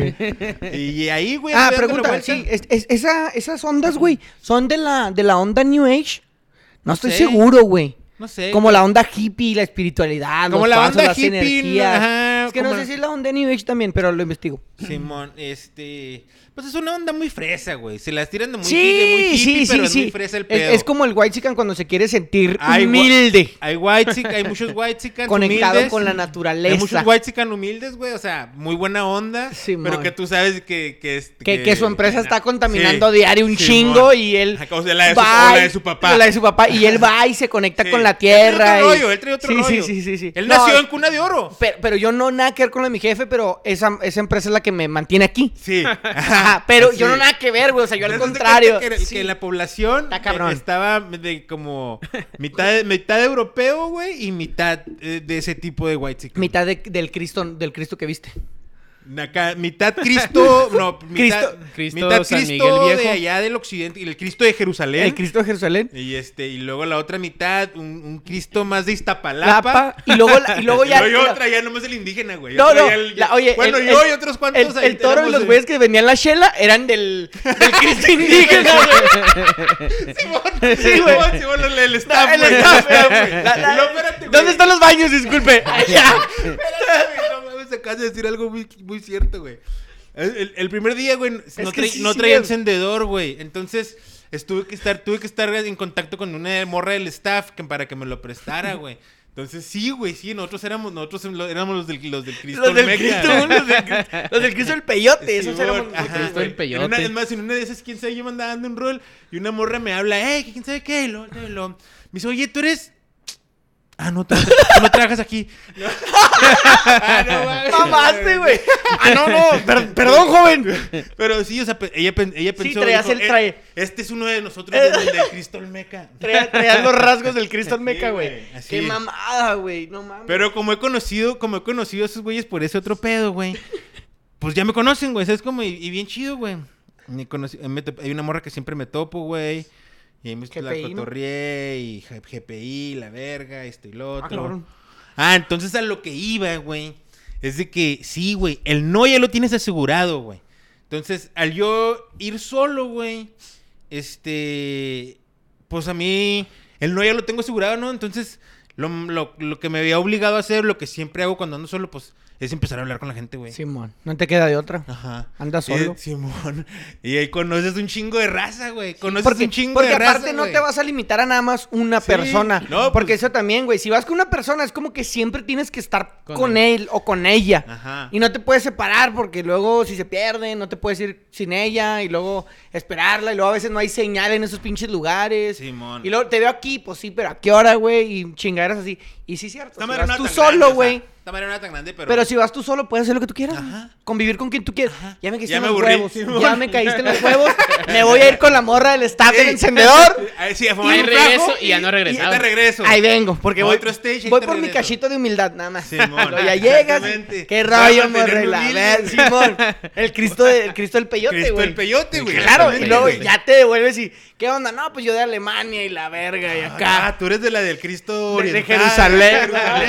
Y ahí, güey. Pregunta. Sí, esas ondas, güey, ¿son de la onda New Age? No estoy seguro, güey. No sé. Como la onda hippie, la espiritualidad, como la onda las hippie, energías. Ajá, es que no sé si es la onda New Age también, pero lo investigo. Simón, pues es una onda muy fresa, güey. Se las tiran de muy hippie, pero es muy fresa el pedo. Es como el whitezican cuando se quiere sentir humilde. Hay muchos whitezicans conectado humildes, con la naturaleza. Hay muchos whitezicans humildes, güey, o sea, muy buena onda, pero que tú sabes que su empresa está contaminando diario un chingo y él la de su papá. La de su papá y él va y se conecta con la tierra. Él trae otro rollo. Sí. Él nació en cuna de oro. Pero yo no nada que ver con lo de mi jefe, pero esa empresa es la que me mantiene aquí. Sí. Pero yo no nada que ver, güey. O sea, yo al contrario. Que la población estaba como mitad europeo, güey, y mitad de ese tipo de white chicken. Mitad del Cristo que viste. Mitad Cristo, Cristo San Miguel Viejo. De allá del occidente, y el Cristo de Jerusalén. El Cristo de Jerusalén. Y luego la otra mitad, un Cristo más de Iztapalapa. Y luego ya. Yo traía nomás el indígena, güey. Yo y otros cuantos. El toro y los güeyes que venían la chela eran del Cristo indígena, güey. Simón, el staff, güey. ¿Dónde están los baños? Disculpe. Allá. Se acaba de decir algo muy cierto, güey. El primer día, güey, no traía sí, encendedor, güey. Entonces, tuve que estar en contacto con una morra del staff para que me lo prestara, güey. Entonces, sí, güey, sí, nosotros éramos los del Cristo Olmeca. Los del Cristo del Peyote, sí, esos éramos los del Cristo del Peyote. Es más, en una de esas, quién sabe, yo me andaba dando un rol y una morra me habla, quién sabe qué, me dice, oye, tú eres... no trabajas aquí. No. Mamaste, güey. Perdón, joven. Pero sí, o sea, ella pensó. Sí, traías el traje. Este es uno de nosotros del Cristo Olmeca. Traías los rasgos del Cristo Olmeca, güey. Sí, qué mamada, güey. No mames. Pero como he conocido a esos güeyes por ese otro pedo, güey. Pues ya me conocen, güey. ¿Sabes cómo? Y bien chido, güey. Hay una morra que siempre me topo, güey. Y ahí la cotorrié y GPI, la verga, esto y lo otro. Entonces a lo que iba, güey, es de que sí, güey, el no ya lo tienes asegurado, güey. Entonces, al yo ir solo, güey, pues a mí el no ya lo tengo asegurado, ¿no? Entonces, lo que me había obligado a hacer, lo que siempre hago cuando ando solo, pues es empezar a hablar con la gente, güey. Simón, no te queda de otra. Ajá. Anda solo. Simón. Y ahí conoces un chingo de raza, güey. Porque aparte no te vas a limitar a nada más una persona. No, porque eso también, güey. Si vas con una persona, es como que siempre tienes que estar con él o con ella. Ajá. Y no te puedes separar porque luego si se pierde, no te puedes ir sin ella y luego esperarla. Y luego a veces no hay señal en esos pinches lugares. Simón. Y luego te veo aquí, pues sí, pero ¿a qué hora, güey? Y chingaderas así. Y sí, cierto. Si vas tú solo, güey. Esta manera no era tan grande, pero si vas tú solo, puedes hacer lo que tú quieras. Ajá. Convivir con quien tú quieras. Ajá. Ya me caíste en los aburrí, huevos. Simón. Ya me caíste en los huevos. Me voy a ir con la morra del staff del encendedor. Sí, ahí regreso y ya no he regresado. Ya te regreso. Ahí vengo, porque voy por regreso. mi cachito de humildad, nada más. Simón. Ya llegas. Qué rollo, morrela. Simón. El Cristo del Peyote, güey. Cristo del Peyote, güey. Claro, y luego ya te devuelves y... ¿Qué onda? No, pues yo de Alemania y la verga y acá. Tú eres de la del Cristo De oriental. Jerusalén.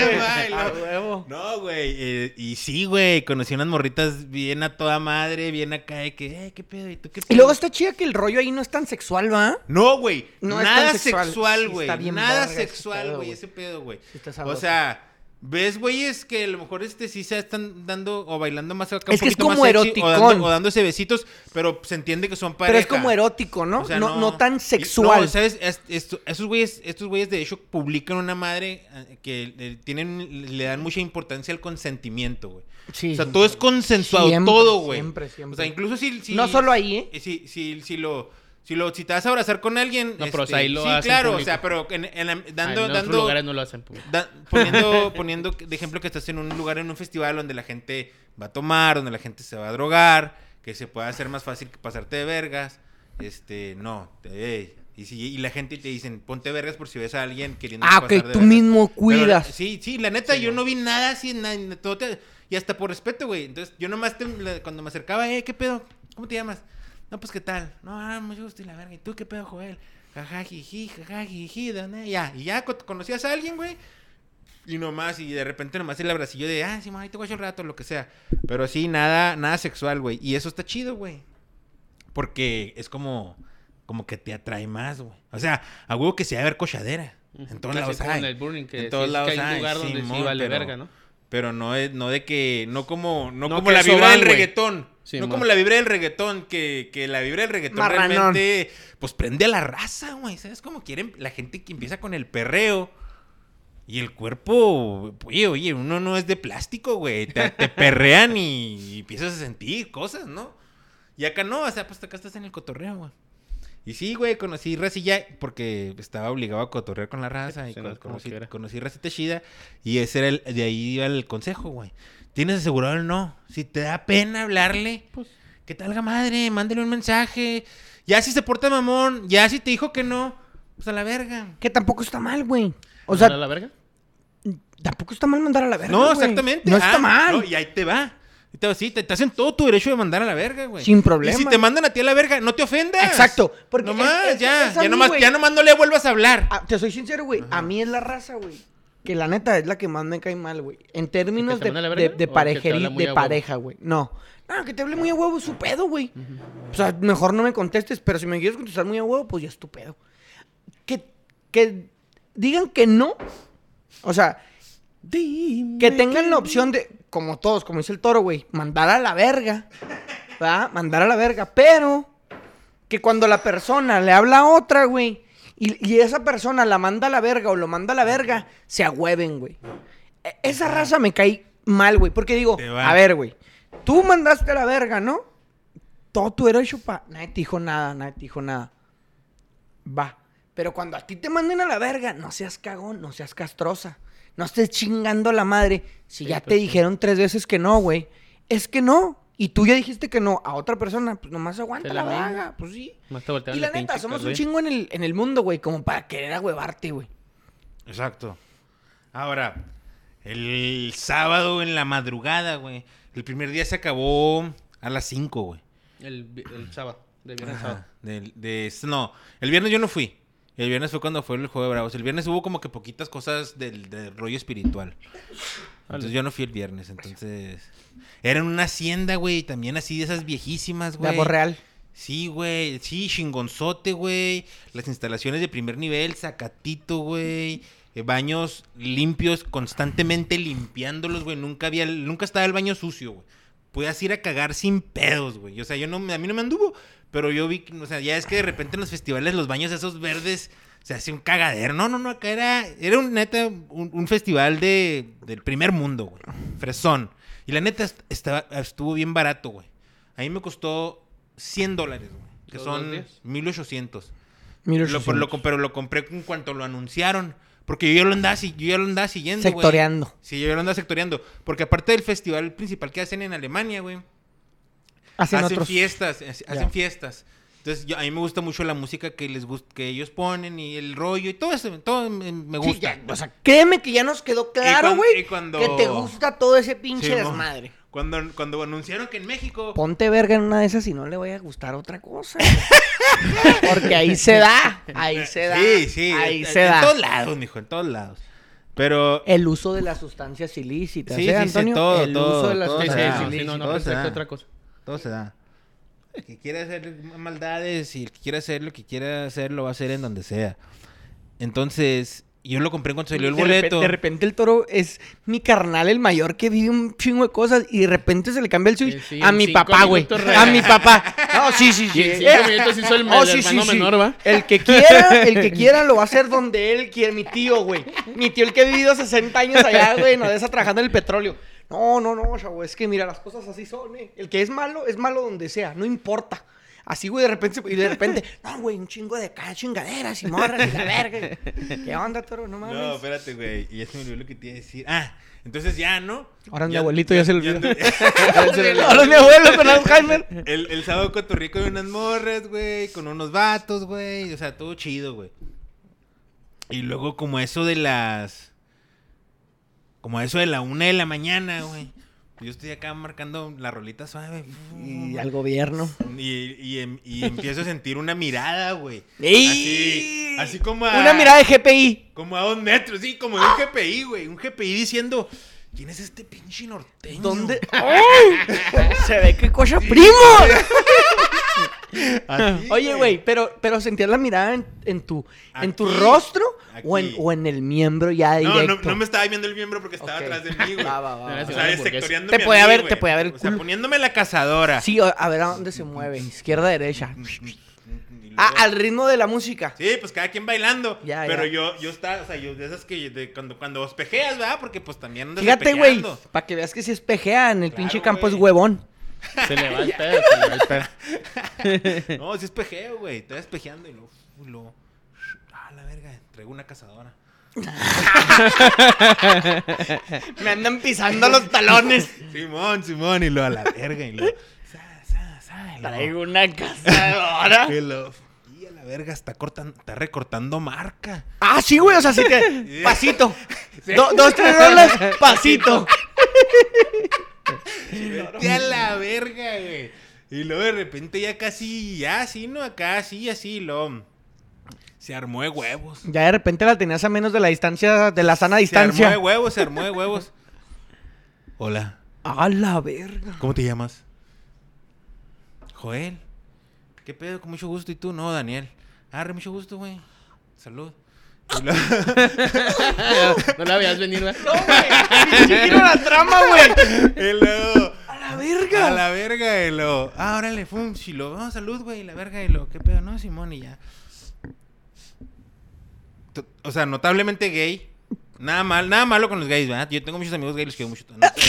No, güey. Y sí, güey. Conocí unas morritas bien a toda madre, bien acá de que, ¿qué pedo? ¿Y tú qué pedo? Y luego está chida que el rollo ahí no es tan sexual, ¿va? No, güey. No nada es tan sexual, güey. Sí, nada sexual, güey. Ese pedo, güey. Sí, o sea... ¿Ves, güeyes, que a lo mejor sí se están dando o bailando más acá? Es que es como más eroticón. O dándose besitos, pero se entiende que son pareja. Pero es como erótico, ¿no? O sea, no tan sexual. No, ¿sabes? Estos güeyes de hecho publican una madre que le dan mucha importancia al consentimiento, güey. Sí. O sea, todo es consensuado, siempre, todo, güey. Siempre. O sea, incluso si no solo ahí, ¿eh? Si te vas a abrazar con alguien... No, pero ahí lo sí, hacen claro, público. o sea, pero en otros lugares no lo hacen público. Poniendo de ejemplo que estás en un lugar, en un festival donde la gente va a tomar, donde la gente se va a drogar, que se pueda hacer más fácil que pasarte de vergas. No, Y la gente te dicen, ponte vergas por si ves a alguien queriendo pasar de tú mismo cuidas. Pero, sí, la neta, yo no vi nada así, y hasta por respeto, güey. Entonces, yo nomás cuando me acercaba, ¿qué pedo? ¿Cómo te llamas? No, pues, ¿qué tal? No, mucho gusto y la verga. ¿Y tú qué pedo, Joel? Jajajiji, ¿dónde? Y ya conocías a alguien, güey. Y de repente nomás el abracillo de, sí, ahí te voy a echar un rato, lo que sea. Pero sí, nada sexual, güey. Y eso está chido, güey. Porque es como que te atrae más, güey. O sea, a huevo que se va a ver cochadera. En todos lados hay. En el Burning, que en todos lados hay un lugar donde sí vale verga, ¿no? Pero no de que, no como la vibra del reggaetón. Sí, no como la vibra del reggaetón, que la vibra del reggaetón realmente, pues prende a la raza, güey. ¿Sabes cómo quieren la gente que empieza con el perreo? Y el cuerpo, oye, uno no es de plástico, güey. Te perrean y empiezas a sentir cosas, ¿no? Y acá no, o sea, pues acá estás en el cotorreo, güey. Y sí, güey, conocí racilla porque estaba obligado a cotorrear con la raza. Sí, y conocí racita chida. Y ese era de ahí iba el consejo, güey. ¿Tienes asegurado el no? Si te da pena hablarle, pues que te valga madre, mándale un mensaje. Ya si se porta mamón, ya si te dijo que no, pues a la verga. Que tampoco está mal, güey. O sea, ¿a la verga? Tampoco está mal mandar a la verga, no, güey. Exactamente. No está mal. No, y ahí te va. Sí, te hacen todo tu derecho de mandar a la verga, güey. Sin problema. Y si te mandan a ti a la verga, no te ofendas. Exacto. Porque nomás, ya nomás no le vuelvas a hablar. Te soy sincero, güey. A mí es la raza, güey. Que la neta es la que más me cae mal, güey. En términos de pareja, güey. No, que te hable muy a huevo es su pedo, güey. O sea, mejor no me contestes, pero si me quieres contestar muy a huevo, pues ya es tu pedo. Que digan que no. O sea, que tengan la opción de, como todos, como dice el Toro, güey, mandar a la verga. ¿Verdad? Mandar a la verga. Pero que cuando la persona le habla a otra, güey, y esa persona la manda a la verga o lo manda a la verga, se agüeven, güey. Esa raza me cae mal, güey. Porque digo, a ver, güey, tú mandaste a la verga, ¿no? Todo tu derecho nadie te dijo nada. Va. Pero cuando a ti te manden a la verga, no seas cagón, no seas castrosa. No estés chingando a la madre. Si ya te dijeron 3 veces que no, güey. Es que no. Y tú ya dijiste que no a otra persona, pues nomás aguanta la vaga. Pues sí. Y la neta, somos un chingo en el mundo, güey, como para querer agüevarte, güey. Exacto. Ahora, el sábado en la madrugada, güey. El primer día se acabó a las 5, güey. El sábado. Del viernes sábado. No, el viernes yo no fui. El viernes fue cuando fue el Juego de Bravos. El viernes hubo como que poquitas cosas del rollo espiritual. Entonces yo no fui el viernes, entonces... Era en una hacienda, güey, también así de esas viejísimas, güey. De Abo Real. Sí, güey, sí, chingonzote, güey. Las instalaciones de primer nivel, zacatito, güey. Baños limpios, constantemente limpiándolos, güey. Nunca estaba el baño sucio, güey. Podías ir a cagar sin pedos, güey. O sea, a mí no me anduvo, pero yo vi, o sea, ya es que de repente en los festivales los baños esos verdes se hace un cagadero. No, acá era un neta, un festival del primer mundo, güey. Fresón. Y la neta estuvo bien barato, güey. A mí me costó $100, güey. Que son 1,800. Pero lo compré en cuanto lo anunciaron. Porque yo ya lo andaba siguiendo, güey. Sectoreando. Sí, yo lo andaba sectoreando. Porque aparte del festival principal que hacen en Alemania, güey. Hacen fiestas. Entonces, a mí me gusta mucho la música que ellos ponen y el rollo y todo eso. Todo me gusta. Sí, o sea, créeme que ya nos quedó claro, güey, que te gusta todo ese pinche desmadre. Cuando anunciaron que en México... Ponte verga en una de esas y no le voy a gustar otra cosa. Porque ahí se da. Sí. Ahí se da. En todos lados, mijo, en todos lados. Pero... El uso de las sustancias ilícitas, sí, Antonio? Todo. El uso de las sustancias ilícitas. No pensé que otra cosa. Todo se da. El que quiera hacer maldades y el que quiera hacer lo que quiera hacer, lo va a hacer en donde sea. Entonces, yo lo compré cuando salió el boleto. De repente el Toro es mi carnal, el mayor, que vive un chingo de cosas y de repente se le cambia el switch a mi papá, güey. A mi papá. No, sí. Y en 5 minutos hizo el hermano menor, ¿va? El que quiera lo va a hacer donde él quiera. Mi tío, güey. Mi tío, el que ha vivido 60 años allá, güey, no está trabajando en el petróleo. No, chavo, es que mira, las cosas así son, El que es malo donde sea, no importa. Así, güey, de repente, no, güey, un chingo de chingaderas y morras y la verga. ¿Qué onda, toro? No mames. No, espérate, güey. Y ya se me olvidó lo que te iba a decir. Entonces ya, ¿no? Ahora mi abuelito ya se lo olvidó. Ahora Ahora mi abuelo con Alzheimer. El sábado cotorrí con unas morras, güey, con unos vatos, güey. O sea, todo chido, güey. Y luego como eso de la 1 de la mañana, güey. Yo estoy acá marcando la rolita suave. Y al gobierno. Y empiezo a sentir una mirada, güey. Así como una mirada de GPI. Como a 2 metros, sí, como de un GPI, güey. Un GPI diciendo, ¿quién es este pinche norteño? ¿Dónde? ¡Ay! Se ve que cosa primo. Así, Oye, güey, pero sentías la mirada en tu rostro o en el miembro ya directo. No me estaba viendo el miembro porque estaba atrás de mí, güey. Va. O sea, sectoreando Te podía ver el O sea, culo. poniéndome la cazadora. Sí, a ver a dónde se mueve. Izquierda, derecha. Al ritmo de la música. Sí, pues cada quien bailando. Pero ya. yo estaba, o sea, yo de esas que cuando espejeas, ¿verdad? Porque pues también andas Fíjate, güey, espejando. para que veas que si espejea en el Claro, pinche campo güey. es huevón. Se le va el pedo. No, sí espejeo, güey. Estaba espejeando y luego. La verga, traigo una cazadora. Me andan pisando los talones. Simón, y luego a la verga, y luego. Traigo una cazadora. Y a la verga está recortando marca. Ah, sí, güey, o sea, sí que. Pasito. 2, 3 rolas, pasito. Vete a la verga, güey. Y luego de repente ya así, ¿no? Acá, así, luego se armó de huevos. Ya de repente la tenías a menos de la distancia, de la sana distancia. Se armó de huevos. Hola. A la verga. ¿Cómo te llamas? Joel. ¿Qué pedo? Con mucho gusto. ¿Y tú? No, Daniel. Mucho gusto, güey. Salud. No la veías venir, ¿verdad? No, güey. Ni siquiera la trama, güey. Y luego... A la verga. A la verga, y luego... órale, si lo... vamos, salud, güey. La verga, y luego... ¿Qué pedo? No, Simón, y ya. O sea, notablemente gay. Nada malo con los gays, ¿verdad? Yo tengo muchos amigos gays, los quiero mucho.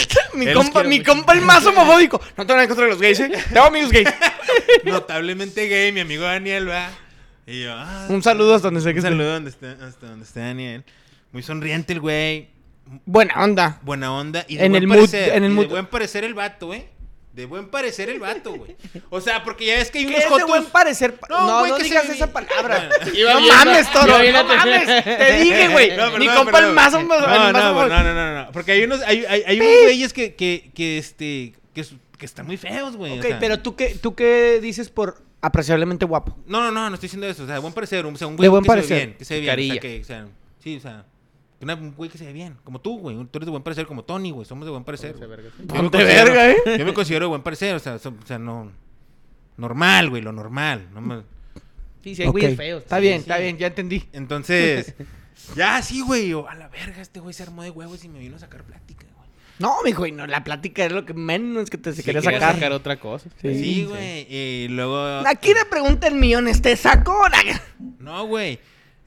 Mi compa el más homofóbico. No tengo nada en contra de los gays, ¿eh? Tengo amigos gays. Notablemente gay, mi amigo Daniel, ¿verdad? Y yo, un saludo hasta donde sé que un saludo hasta donde esté Daniel. Muy sonriente el güey. Buena onda. Y de en buen el parecer. mood. De buen parecer el vato, ¿eh? De buen parecer el vato, güey. O sea, porque ya ves que hay ¿Qué unos es jotos... de buen parecer? No güey, que digas se- esa palabra. Iba No bien, mames, toro. iba bien No atención. mames. Te dije, güey. No, Mi perdón, compa perdón. el más homofóbico. No. Porque hay unos güeyes que están muy feos, güey. Ok, o sea. pero ¿tú qué dices por apreciablemente guapo? No estoy diciendo eso. O sea, de buen parecer. O sea, un De güey buen que se ve parecer. bien. Que se ve bien. Carilla. O sea, sí, o sea... un güey que se ve bien. Como tú, güey. Tú eres de buen parecer como Tony, güey. Somos de buen parecer. Ese verga, sí. Yo me Ponte considero- verga, ¿eh? Yo me considero de buen parecer. O sea, no... Normal, güey. Lo normal. No me... Sí, sí, hay Ok, güeyes feos. Está Sí, bien, sí. está bien, ya entendí. Entonces... ya, sí, güey. Yo, a la verga, este güey se armó de huevos y me vino a sacar plática, güey. No, mijo, y no, la plática es lo que menos que se quería Quería sacar. sacar otra cosa. Sí, güey. Y luego... Aquí le pregunta el millón, ¿te sacó? No, güey.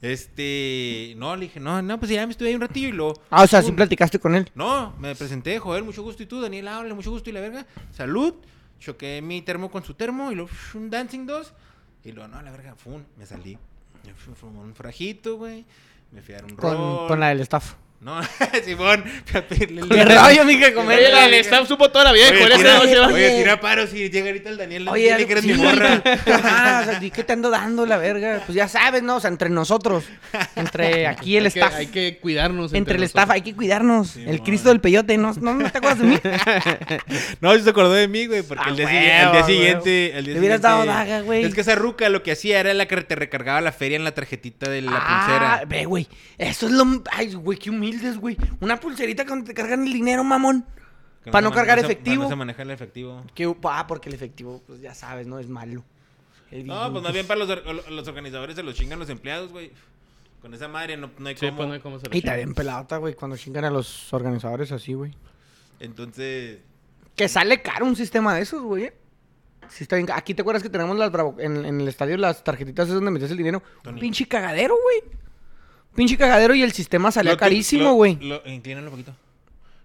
No, le dije, no, pues ya me estuve ahí un ratillo y luego... Ah, o sea, sí platicaste con él. No, me presenté, Joel, mucho gusto. ¿Y tú, Daniel? Habla, mucho gusto. Y la verga, salud. Choqué mi termo con su termo y luego un Dancing 2. Y luego, no, la verga, me salí. Me fui a un frajito, güey. Me fui a dar un rol. Con la del staff. No, Simón, fui a pedirle... ¿Qué rollo, mija, comer? Oye, el staff supo toda la vida de Joel, ese no se va. Oye, tira paro si llega ahorita el Daniel. Oye, Tiene que eres mi sí, morra. Ajá, o sea, ¿y qué te ando dando la verga? Pues ya sabes, ¿no? O sea, entre nosotros. Entre aquí el staff. Hay que cuidarnos. Entre el staff, nosotros. hay que cuidarnos. Sí, El mon. Cristo del peyote, ¿no te acuerdas de mí? No, sí se acordó de mí, güey, porque Ah, el día huevo, siguiente... Le hubieras dado daga, güey. Es que esa ruca lo que hacía era la que te recargaba la feria en la tarjetita de la pulsera. Ve, güey. Eso es lo... Ay, güey, qué humildes, güey. Una pulserita cuando te cargan el dinero, mamón. Que Para no se cargar para efectivo. no se maneja el efectivo. Porque el efectivo, pues ya sabes, ¿no? Es malo. No, pues más bien para los organizadores se los chingan los empleados, güey. Con esa madre no hay Sí, cómo. pues no hay cómo se lo Y está chingan. bien pelada, güey, cuando chingan a los organizadores así, güey. Entonces... Que sale caro un sistema de esos, güey. Sí está bien. Aquí te acuerdas que tenemos en el estadio las tarjetitas esas donde metías el dinero. Tony. Un pinche cagadero, güey. Pinche cagadero y el sistema salía carísimo, güey. Inclínalo un poquito.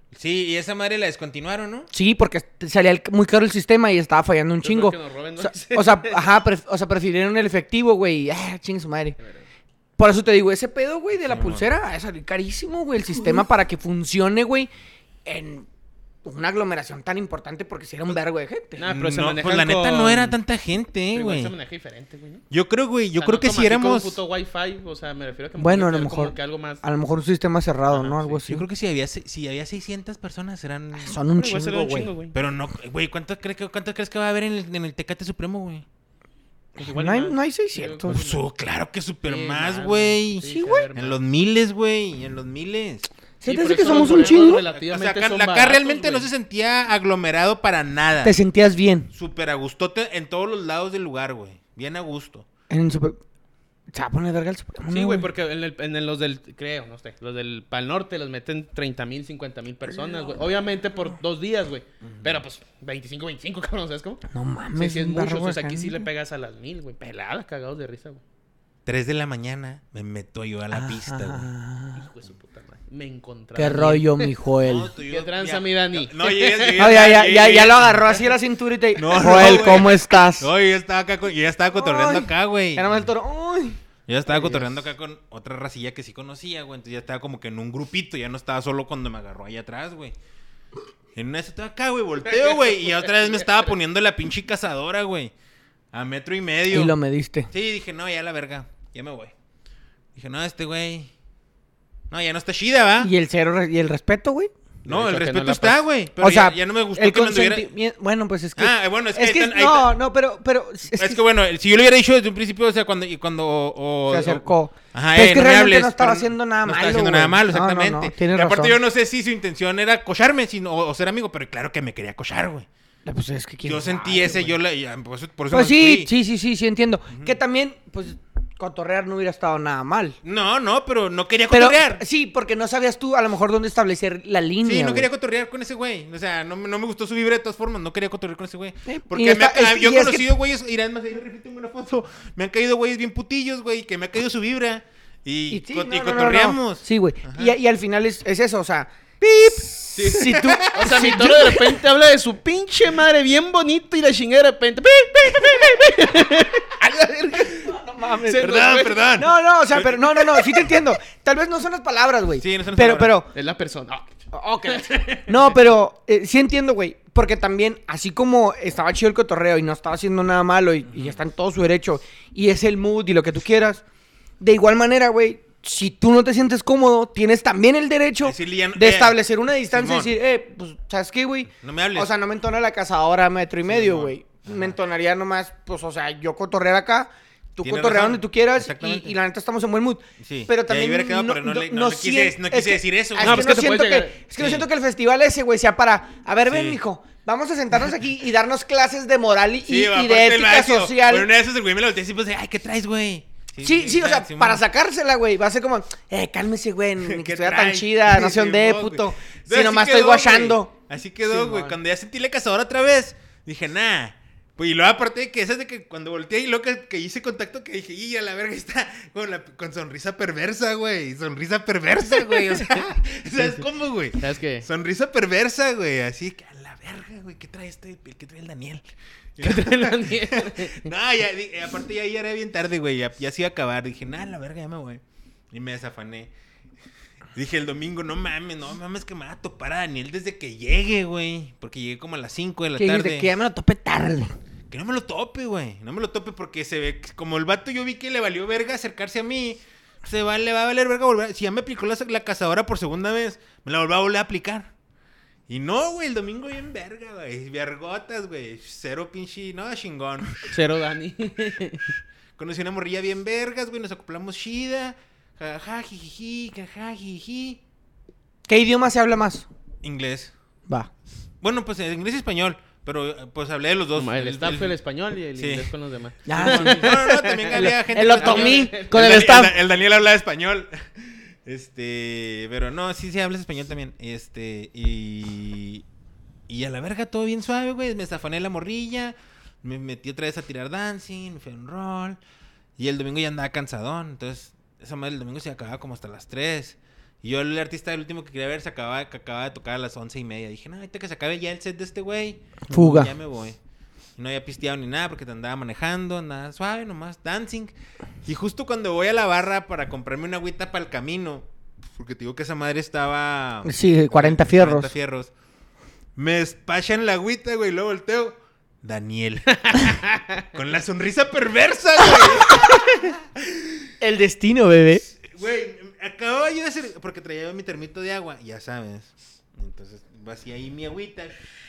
Sí, y esa madre la descontinuaron, ¿no? Sí, porque salía muy caro el sistema y estaba fallando un chingo. Que nos roben, ¿no? Prefirieron el efectivo, güey. Chingue su madre. Por eso te digo, ese pedo, güey, de la pulsera, va a salir carísimo, güey. El sistema para que funcione, güey, en una aglomeración tan importante, porque si era un vergo de gente. Nah, pero se No, manejan pues la neta con- no era tanta gente, Pero igual güey. se maneja diferente, güey, ¿no? Yo creo, güey, yo O sea, creo no que como si aquí éramos... con puto Wi-Fi, o sea, me refiero a que... Bueno, a lo como mejor. que algo más... A lo mejor un sistema cerrado, Ajá, ¿no? sí. Algo así. Yo creo que si había 600 personas eran... Son un Pero igual sería chingo, güey. Pero no, güey, ¿cuánto crees que va a haber en el Tecate Supremo, güey? Pues igual No hay, más. no hay Sí, 600. pues, Claro que super Sí, más, más, güey. Sí, que güey. haber En más. los miles, güey, en los miles. ¿Se te por hace que eso somos los un chingo? boletos O sea, relativamente acá, son acá baratos, realmente no güey. se sentía aglomerado para nada. Te sentías bien. Súper a gustote en todos los lados del lugar, güey. Bien a gusto. En el super... Se va a poner verga el Supremo, Sí, ¿no, güey, porque los del... Creo, no sé. Los del Pal Norte los meten 30,000, 50,000 personas, güey. Obviamente por 2 días, güey. Pero pues 25, cabrón, ¿sabes cómo? No Sí, mames. sí es un mucho. vergo O sea, de aquí sí le gente. pegas a las 1,000, güey. Peladas, cagados de risa, güey. 3 de la mañana me meto yo a la pista, güey. Ah, Hijo de su puta madre. Me encontraba. qué rollo, mi Joel. No, tú y ¿Qué yo- tranza, ya- mi Dani? No, llegué, No, ya lo agarró así a la cinturita y... No, no, Joel, güey. ¿cómo estás? No, yo ya estaba cotorreando Ay. acá, güey. Ya nomás el toro. Uy. Yo ya estaba cotorreando acá con otra racilla que sí conocía, güey. Entonces ya estaba como que en un grupito. Ya no estaba solo cuando me agarró ahí atrás, güey. En una vez estaba acá, güey. Volteo, güey. Y otra vez me estaba poniendo la pinche cazadora, güey. A 1.5 metros. Y lo mediste. Sí, dije, no, ya la verga. Ya me voy. Dije, no, este güey. No, ya no está chida, ¿va? ¿Y el respeto, güey? No, Le el dijo que no respeto la está, pasa. güey. Pero O sea, ya no me gustó el que me anduviera... consentimiento... Bueno, pues es que... Ah, bueno, es que... ahí está- No, pero... Es que bueno, si yo le hubiera dicho desde un principio, o sea, cuando se acercó. Ajá, Pero es que no me realmente hables, no estaba pero haciendo nada no malo, estaba haciendo güey. nada malo, No, no, no, exactamente. tienes Y aparte razón. yo no sé si su intención era cocharme o ser amigo, pero claro que me quería cochar, güey. Pues es que quién Yo sentí sabe, ese, güey. yo la... Por eso Pues me sí, fui. sí, entiendo. Que también, pues, cotorrear no hubiera estado nada mal. No, pero no quería Pero, cotorrear. sí, porque no sabías tú a lo mejor dónde establecer la línea, Sí, no güey. quería cotorrear con ese güey. O sea, no me gustó su vibra de todas formas. No quería cotorrear con ese güey. Y Porque está- yo y he es que- conocido güeyes... Irán más ahí, tengo una foto. Me han caído güeyes bien putillos, güey. Que me ha caído su vibra. Y sí, cotorreamos. Sí, güey. Ajá. Y al final es eso, o sea... ¡Pip! Si tú... O sea, mi toro de repente habla de su pinche madre bien bonito y la chingada de repente... ¡pi, pi, pi, pi, pi! A la verga. No mames. Se Perdón, nos fue. perdón. No, o sea, pero no, sí te entiendo. Tal vez no son las palabras, güey. Sí, no son las pero, palabras. Es la persona. Ok. No, pero sí entiendo, güey. Porque también, así como estaba chido el cotorreo y no estaba haciendo nada malo y está en todo su derecho y es el mood y lo que tú quieras, de igual manera, güey, si tú no te sientes cómodo, tienes también el derecho Decirle ya no- de establecer una distancia Simón. y decir, pues, ¿sabes qué, güey? No me hables. O sea, no me entona la cazadora a 1.5 metros, Simón. güey. Me entonaría nomás, pues, o sea, yo cotorrear acá. Tú Tienes cotorrear razón. donde tú quieras Exactamente. y la neta estamos en buen mood. Sí. Pero Y ahí también hubiera quedado, pero no quise es que- decir eso, Es güey. que No, pues no que te siento puedes que, llegar- es que no Sí. siento que el festival ese, güey, sea para... A ver, ven, Sí. mijo. Vamos a sentarnos aquí y darnos clases de moral y Sí, de aparte el ética maestro, social. Pero una de esas el güey me lo volteé y pues, ay, ¿qué traes, güey? Sí, o sea, Simón. para sacársela, güey. Va a ser como, cálmese, güey, ni que ¿Qué estuviera tan trae? chida, no sé dónde, Simón, puto. güey. Si Así nomás quedó, estoy guachando. güey. Así quedó, güey. Simón. Cuando ya sentí la cazadora otra vez, dije, nah. Pues y luego aparte de que esas de que cuando volteé y luego que hice contacto que dije, y a la verga está con sonrisa perversa, güey. Sonrisa perversa, güey. O sea, ¿sabes cómo, güey? ¿Sabes qué? Sonrisa perversa, güey. Así que a la verga, güey. ¿Qué trae qué trae el Daniel? No, aparte ya era bien tarde, güey. Ya se iba a acabar. Dije, nah, la verga, ya me voy. Y me desafané. Dije el domingo, no mames que me va a topar a Daniel desde que llegue, güey. Porque llegué como a las 5 de la Que tarde. dijiste que ya me lo topé tarde. Que no me lo tope, güey. No me lo tope porque se ve... Como el vato yo vi que le valió verga acercarse a mí. Le va a valer verga volver... Si ya me aplicó la cazadora por segunda vez, me la va a volver a aplicar. Y no, güey, el domingo bien verga, güey. Vergotas, güey. Cero pinche... No, chingón. Cero Dani. Conocí una morrilla bien vergas, güey. Nos acoplamos chida. Jajaja, jijiji, jajaja, jiji. ¿Qué idioma se habla más? Inglés. Va. Bueno, pues inglés y español. Pero pues hablé de los dos. Como el staff el español y el Sí. inglés con los demás. Ya, sí. No, también había gente... El que otomí español. con el staff. El Daniel hablaba español. Pero no, sí hablas español también. Y a la verga todo bien suave, güey. Me zafané la morrilla. Me metí otra vez a tirar dancing. Me fui a un roll. Y el domingo ya andaba cansadón. Entonces, esa madre el domingo se acababa como hasta las 3. Y yo, el artista, el último que quería ver, acababa de tocar a las 11:30. Dije, no, ahorita que se acabe ya el set de este güey. Fuga. Ya me voy. Y no había pisteado ni nada porque te andaba manejando, nada suave, nomás dancing. Y justo cuando voy a la barra para comprarme una agüita para el camino, porque te digo que esa madre estaba... Sí, 40 fierros. 40 fierros. Me despachan la agüita, güey, y luego volteo. Daniel. Con la sonrisa perversa, güey. El destino, bebé. Güey, acababa yo de hacer... Porque traía mi termito de agua, ya sabes. Entonces, vacié ahí mi agüita.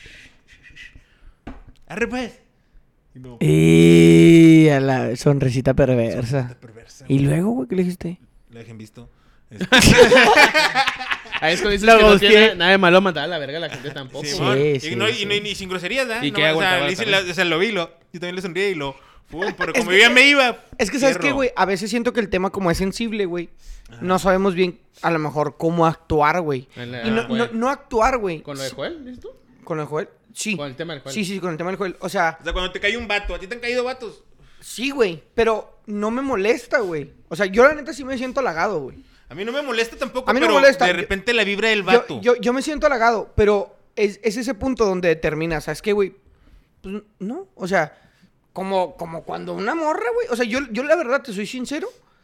¡Arre, pues! Y, no, Y a la sonrisita perversa. sonrisa perversa, ¿Y luego, güey, qué le dijiste? Lo dejen visto. Ahí es cuando dices La que no ghosteé. tiene nada de malo mandar a la verga a la gente tampoco. Sí, güey. Sí, y, no, sí. y ni sin groserías, ¿verdad? Y No, que o sea, aguantaba le hice también. o sea, lo vi, yo también le sonríe y lo... pero Es como que- yo ya me iba... Es que, ¿sabes qué, fierro. güey? A veces siento que el tema como es sensible, güey. No sabemos bien, a lo mejor, cómo actuar, güey. Y no actuar, güey. ¿Con lo de Joel, dices tú? ¿Con el Joel? Sí. Con el tema del Joel. Sí, con el tema del Joel. O sea, O sea, cuando te cae un vato, ¿a ti te han caído vatos? sí, güey. Pero no me molesta, güey. O sea, yo la neta sí me siento halagado, güey. A mí no me molesta tampoco, A mí no pero me molesta. de repente la vibra del vato. Yo me siento halagado, pero es ese punto donde determina, ¿sabes qué, güey? Pues no, o sea, como cuando una morra, güey. O sea, yo la verdad, te soy sincero,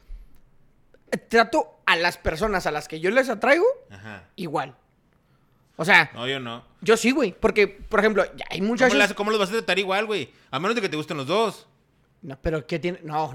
trato a las personas a las que yo les atraigo Ajá. igual. O sea, No, yo no. yo sí, güey. Porque, por ejemplo, ya hay muchachos... ¿Cómo los vas a tratar igual, güey? A menos de que te gusten los dos. No, pero ¿qué tiene? No.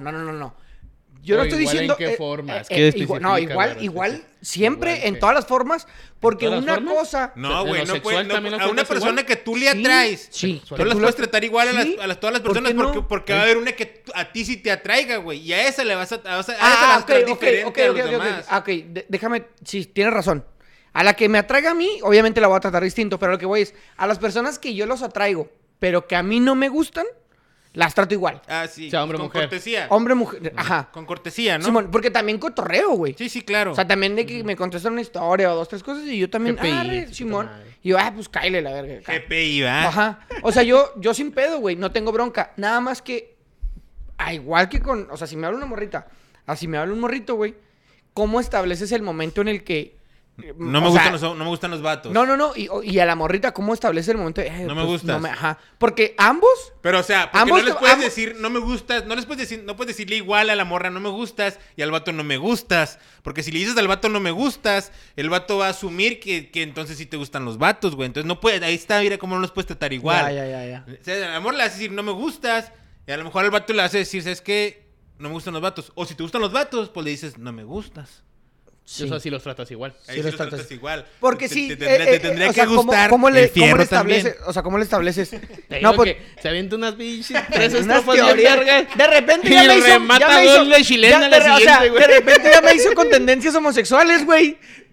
Yo no O estoy igual, diciendo... ¿en qué formas? ¿Qué igual, no, especifica, güey? igual, siempre Igual en que- todas las formas, porque ¿En todas una las formas? cosa... No, ¿En lo güey, no sexual puedes... también lo a una tratas persona igual? que tú le atraes. Sí. No las puedes tratar igual a Sí. todas las ¿Por personas qué no? porque va a haber una que a ti sí te atraiga, güey. Y a esa le vas a... a esa le vas Ah, a tratar ok. diferente a los demás. Ah, ok, déjame... Sí, tienes razón. A la que me atraiga a mí, obviamente la voy a tratar distinto, pero lo que voy es... A las personas que yo los atraigo, pero que a mí no me gustan, las trato igual. Ah, sí. O sea, hombre, con mujer. cortesía. Hombre, mujer... Ajá. Con cortesía, ¿no? Simón, porque también cotorreo, güey. Sí, sí, claro. O sea, también de que me contestan una historia o 2, 3 cosas y yo también, GPI, arre, puta Simón. madre. Y yo, pues cáele la verga. acá. GPI, ¿va? Ajá. O sea, yo sin pedo, güey, no tengo bronca. Nada más que, igual que con, o sea, si me habla una morrita, así me habla un morrito, güey, ¿cómo estableces el momento en el que... No me o sea, no me gustan los vatos. No, y a la morrita, ¿cómo establece el momento de, No me gustas. ajá. Porque ambos... Pero, o sea, porque Ambos- no les puedes ambos- decir, no me gustas, no puedes decirle igual a la morra, no me gustas, y al vato no me gustas. Porque si le dices al vato no me gustas, el vato va a asumir que entonces sí te gustan los vatos, güey. Entonces no puede, ahí está, mira cómo no los puedes tratar igual. Ya. O sea, al amor le vas a decir no me gustas, y a lo mejor al vato le vas a decir, ¿sabes qué? No me gustan los vatos. O si te gustan los vatos, pues le dices, no me gustas. Sí. Eso sí los tratas igual. Ahí Sí sí los los tratas. tratas igual. Porque sí, Te tendría o sea, que gustar ¿cómo le el fierro estableces? también. O sea, ¿cómo le estableces? Te No, digo pues... que se avienta unas pinches tres Unas estrofas bien teorías. vergas. De repente Y ya me hizo... remata ya me hizo- gol de chilena ya la o sea, siguiente, güey. de repente ya me hizo con tendencias homosexuales, güey. No,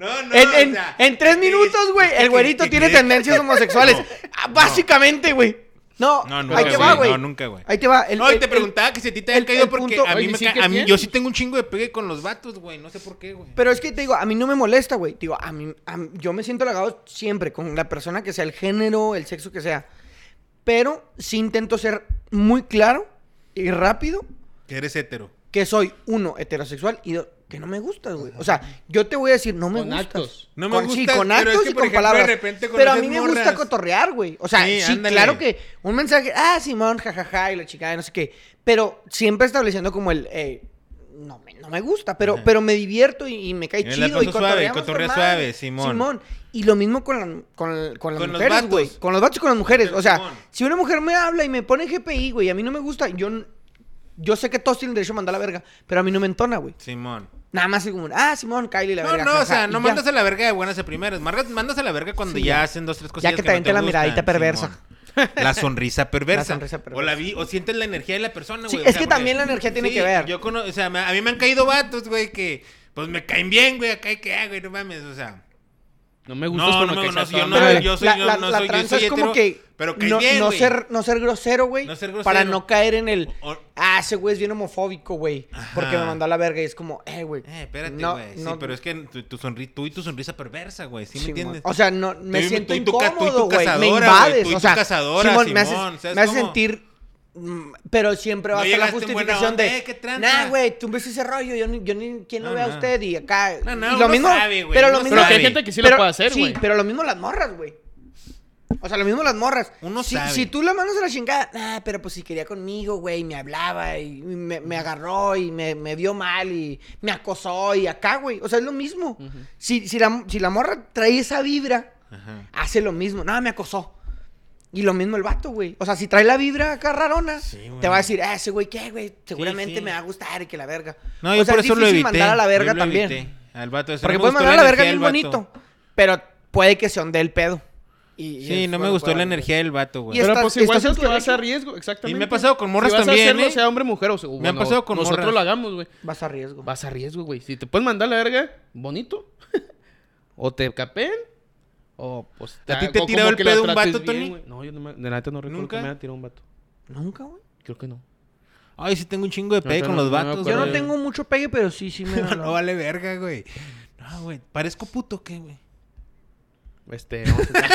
En 3 minutos, güey, el güerito tiene tendencias homosexuales. Básicamente, güey. No, No, ahí nunca, te va, güey. No, nunca, güey. Ahí te va. No, y te preguntaba que si a ti te han caído porque punto- a mí, Oye, sí, a ¿qué mí tienes? yo sí tengo un chingo de pegue con los vatos, güey. No sé por qué, güey. Pero es que te digo, a mí no me molesta, güey. Te digo, yo me siento halagado siempre con la persona que sea, el género, el sexo que sea. Pero sí intento ser muy claro y rápido Que eres hetero. que soy, uno, heterosexual y dos, que no me gustas, güey. O sea, yo te voy a decir, no me Con gustas. actos. No me Sí, gustas, con pero es actos que, y por con ejemplo, palabras. de repente Pero a conoces mí me gusta morras. cotorrear, güey. O sea, Sí, sí, ándale. claro que un mensaje, Simón, jajaja, y la chica, no sé qué. Pero siempre estableciendo como el, no me gusta, pero me divierto y me cae Y me la chido. Y paso suave, cotorreamos cotorrea con madre. suave, Simón. Y lo mismo con las Con los mujeres, vatos. güey. Con los vatos y con las mujeres. O sea, Simón. si una mujer me habla y me pone GPI, güey, a mí no me gusta, yo sé que todos tienen derecho a mandar la verga, pero a mí no me entona, güey. Simón. Nada más es como, Simón, Kylie, la No, verga. no, o jaja, sea, y no ya. mandas a la verga de buenas a primeras. Mandas a la verga cuando Sí, ya ya. hacen 2, 3 cosas Ya que te aviente la miradita perversa. La sonrisa perversa. La sonrisa perversa. O sientes la energía de la persona, Sí, güey. es que también la energía tiene que ver. O sea, a mí me han caído vatos, güey, que pues me caen bien, güey, acá y que, güey, no mames, o sea. No me gustas con lo que seas yo hombre. no, Pero yo soy, la no la soy, yo tranza soy es como hetero, que pero cae no, bien, no güey. ser grosero, güey. No ser grosero. Para no caer en el, O- ese güey es bien homofóbico, güey. Porque me mandó a la verga y es como, güey. Espérate, no, güey. Sí, no, pero es que tú y tu sonrisa perversa, güey. ¿Sí me Simón. entiendes? O sea, no, me Tú y- siento tú y tu incómodo, güey. Me cazadora, invades. güey, tú y O tu sea, cazadora, Simón, me Simón, haces, ¿sabes me haces cómo? sentir Pero siempre va a ser la llegaste en buena justificación onda, de... ¿qué tranza? Nah, güey, tú ves ese rollo, yo ni quién lo ve a No. usted y acá... No, y uno lo mismo, sabe, güey, pero uno lo mismo... Pero que hay sabe. gente que sí lo puede hacer, güey. Sí, pero lo mismo las morras, güey. O sea, lo mismo las morras. Uno sabe. Si tú la mandas a la chingada, pero pues si quería conmigo, güey, me hablaba y me agarró y me vio mal y me acosó y acá, güey. O sea, es lo mismo. Si la morra trae esa vibra, hace lo mismo. No, me acosó. Y lo mismo el vato, güey. O sea, si trae la vibra acá rarona, te va a decir, ese güey, ¿qué, güey? Seguramente me va a gustar y que la verga. No, yo o sea, por es eso lo difícil evité. mandar a la verga Yo lo también. evité. Al vato ese. Porque No me puedes gustó mandar a la verga energía bien del vato. bonito, pero puede que se ondee el pedo. Sí, no me gustó la energía del vato, güey. Y Pero estás- pues igual estás en sabes tu que vas a derecho. riesgo, exactamente. Y me ha pasado con morras si vas también, a hacerlo, ¿eh? sea hombre o mujer, Me ha pasado con nosotros morras. lo hagamos, güey. Vas a riesgo. Vas a riesgo, güey. Si te puedes mandar la verga, bonito. O te capen. O pues... ¿A ti te ha o tirado como el que la pedo un trates vato, bien, Tony? güey. No, yo no me... De la neta no recuerdo ¿Nunca? que me haya tirado un vato. Nunca, güey. Creo que no. Ay, sí tengo un chingo de pegue No, con no, los no me vatos. Yo acuerdo. no tengo mucho pegue, pero sí me... No vale verga, güey. No, güey. ¿Parezco puto o qué, güey? Vamos a...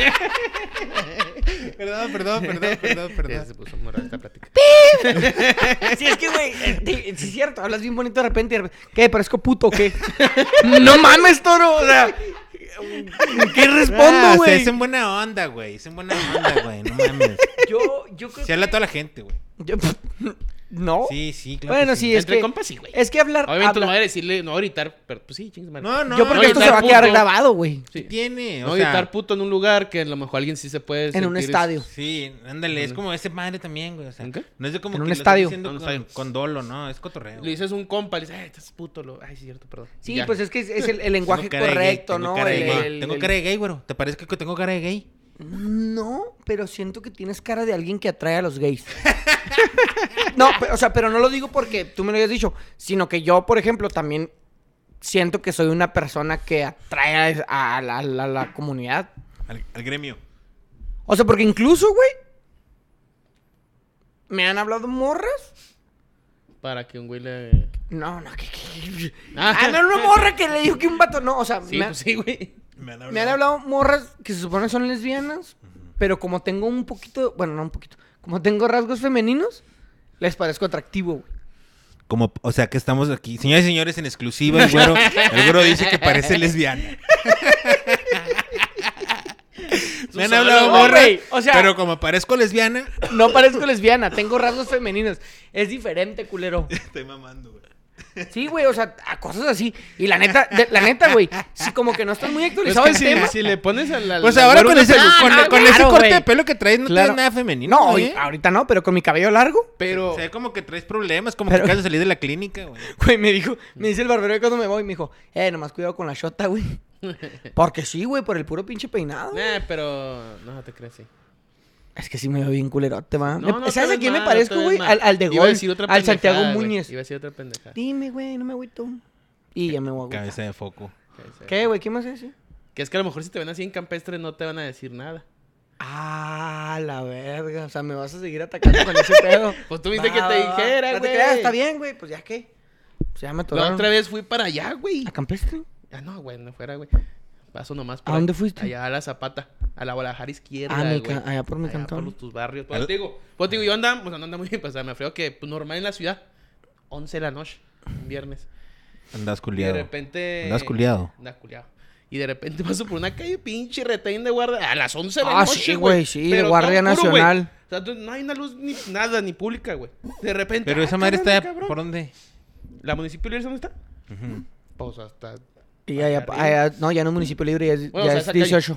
Perdón. Ya se puso moral esta plática. Sí, es que, güey, sí es cierto, hablas bien bonito de repente y de repente, ¿qué? ¿Parezco puto o qué? No mames, toro, o sea, ¿qué respondo, O sea, güey? es en buena onda, güey. Es en buena onda, güey. No mames. Yo creo Se habla a toda la gente, güey. yo- ¿No? Sí, claro. Bueno, que sí, es Entre que... compas, sí, güey. Es que hablar... Obviamente no habla- voy a decirle, no voy a gritar, pero pues sí, chingas madre. No, Yo porque no, esto se gritar va a quedar puto. grabado, güey. ¿Qué tiene? No O voy a sea, gritar puto en un lugar que a lo mejor alguien sí se puede En un sentir estadio. sí, ándale. Es como ese madre también, güey. O sea, ¿En qué? no es de como En que un lo estás estadio. diciendo En un con, estadio. con dolo, ¿no? Es cotorreo. Le dices a un compa, le dices, estás puto. Ay, sí, cierto, perdón. Sí, Ya. pues es que es el lenguaje Tengo cara de gay, correcto, tengo ¿no? cara de gay. El- Tengo el- cara de gay, güero. ¿Te parece que tengo cara de gay? No, pero siento que tienes cara de alguien que atrae a los gays. No, o sea, pero no lo digo porque tú me lo hayas dicho, sino que yo, por ejemplo, también siento que soy una persona que atrae a la comunidad. Al gremio. O sea, porque incluso, güey, me han hablado morras. Para que un güey le... No, Ah. no, una morra que le dijo que un vato, no, o sea, Sí, pues sí, güey. Me me han hablado morras que se supone son lesbianas, pero como tengo un poquito, bueno, no un poquito, como tengo rasgos femeninos, les parezco atractivo, güey. Como, o sea, que estamos aquí. Señores y señores, en exclusiva, el güero dice que parece lesbiana. Me han solo, hablado no, morras, güey, o sea- pero como parezco lesbiana... No parezco lesbiana, tengo rasgos femeninos. Es diferente, culero. Estoy mamando, güey. Sí, güey, o sea, a cosas así. Y la neta, güey, si como que no estás muy actualizado Es que el tema. si le pones a la... Pues ahora con ese, Ah, no, con ese claro, corte güey. de pelo que traes no Claro. tienes nada femenino, No, güey. ahorita no, pero con mi cabello largo. Pero... Se ve como que traes problemas, como Pero- que acabas de salir de la clínica, güey. Güey, me dice el barbero cuando me voy, me dijo, nomás cuidado con la shota, güey. Porque sí, güey, por el puro pinche peinado. pero... No te crees, sí. Es que sí me veo bien culerote, va. No, no te ¿Sabes a ves quién me mal, parezco, no te güey? ves mal. Al de Iba a gol, decir otra al Santiago pendejada, güey. Muñez. Iba a decir otra pendejada. Dime, güey, no me agüito. Y ya me voy a agüitar. Cabeza de foco. ¿Qué, güey? ¿Qué más es? Que es que a lo mejor si te ven así en campestre no te van a decir nada. Ah, la verga. O sea, me vas a seguir atacando con ese pedo. Pues tú viste que te dijera, No te güey. creas, está bien, güey. Pues ya qué. Pues ya me La atoraron. otra vez fui para allá, güey. ¿A Campestre? Ah, no, güey, no fuera, güey. Paso nomás ¿A dónde fuiste? Allá a la Zapata, a la Guadalajara izquierda, Ah, güey. allá por mi Allá cantón. por tus barrios. Al- Pues te digo, yo andaba, pues no anda muy bien, pues, o sea, me frío que pues, normal en la ciudad. 11 de la noche, un viernes. Andas Y culiado. de repente... Andas culiado. Andas culiado. Y de repente paso por una calle pinche retén de guardia a las 11 de la Ah, noche, sí, güey, sí, de Pero Guardia todo oscuro, güey. Nacional. O sea, no hay una luz ni nada, ni pública, güey. De repente... Pero esa ah, madre cabrón, está... cabrón. ¿Por dónde? ¿La municipio libre dónde está? Ujú. Pues hasta... Y no, ya no es municipio libre, ya es, Bueno, ya o sea, es esa calle. 18.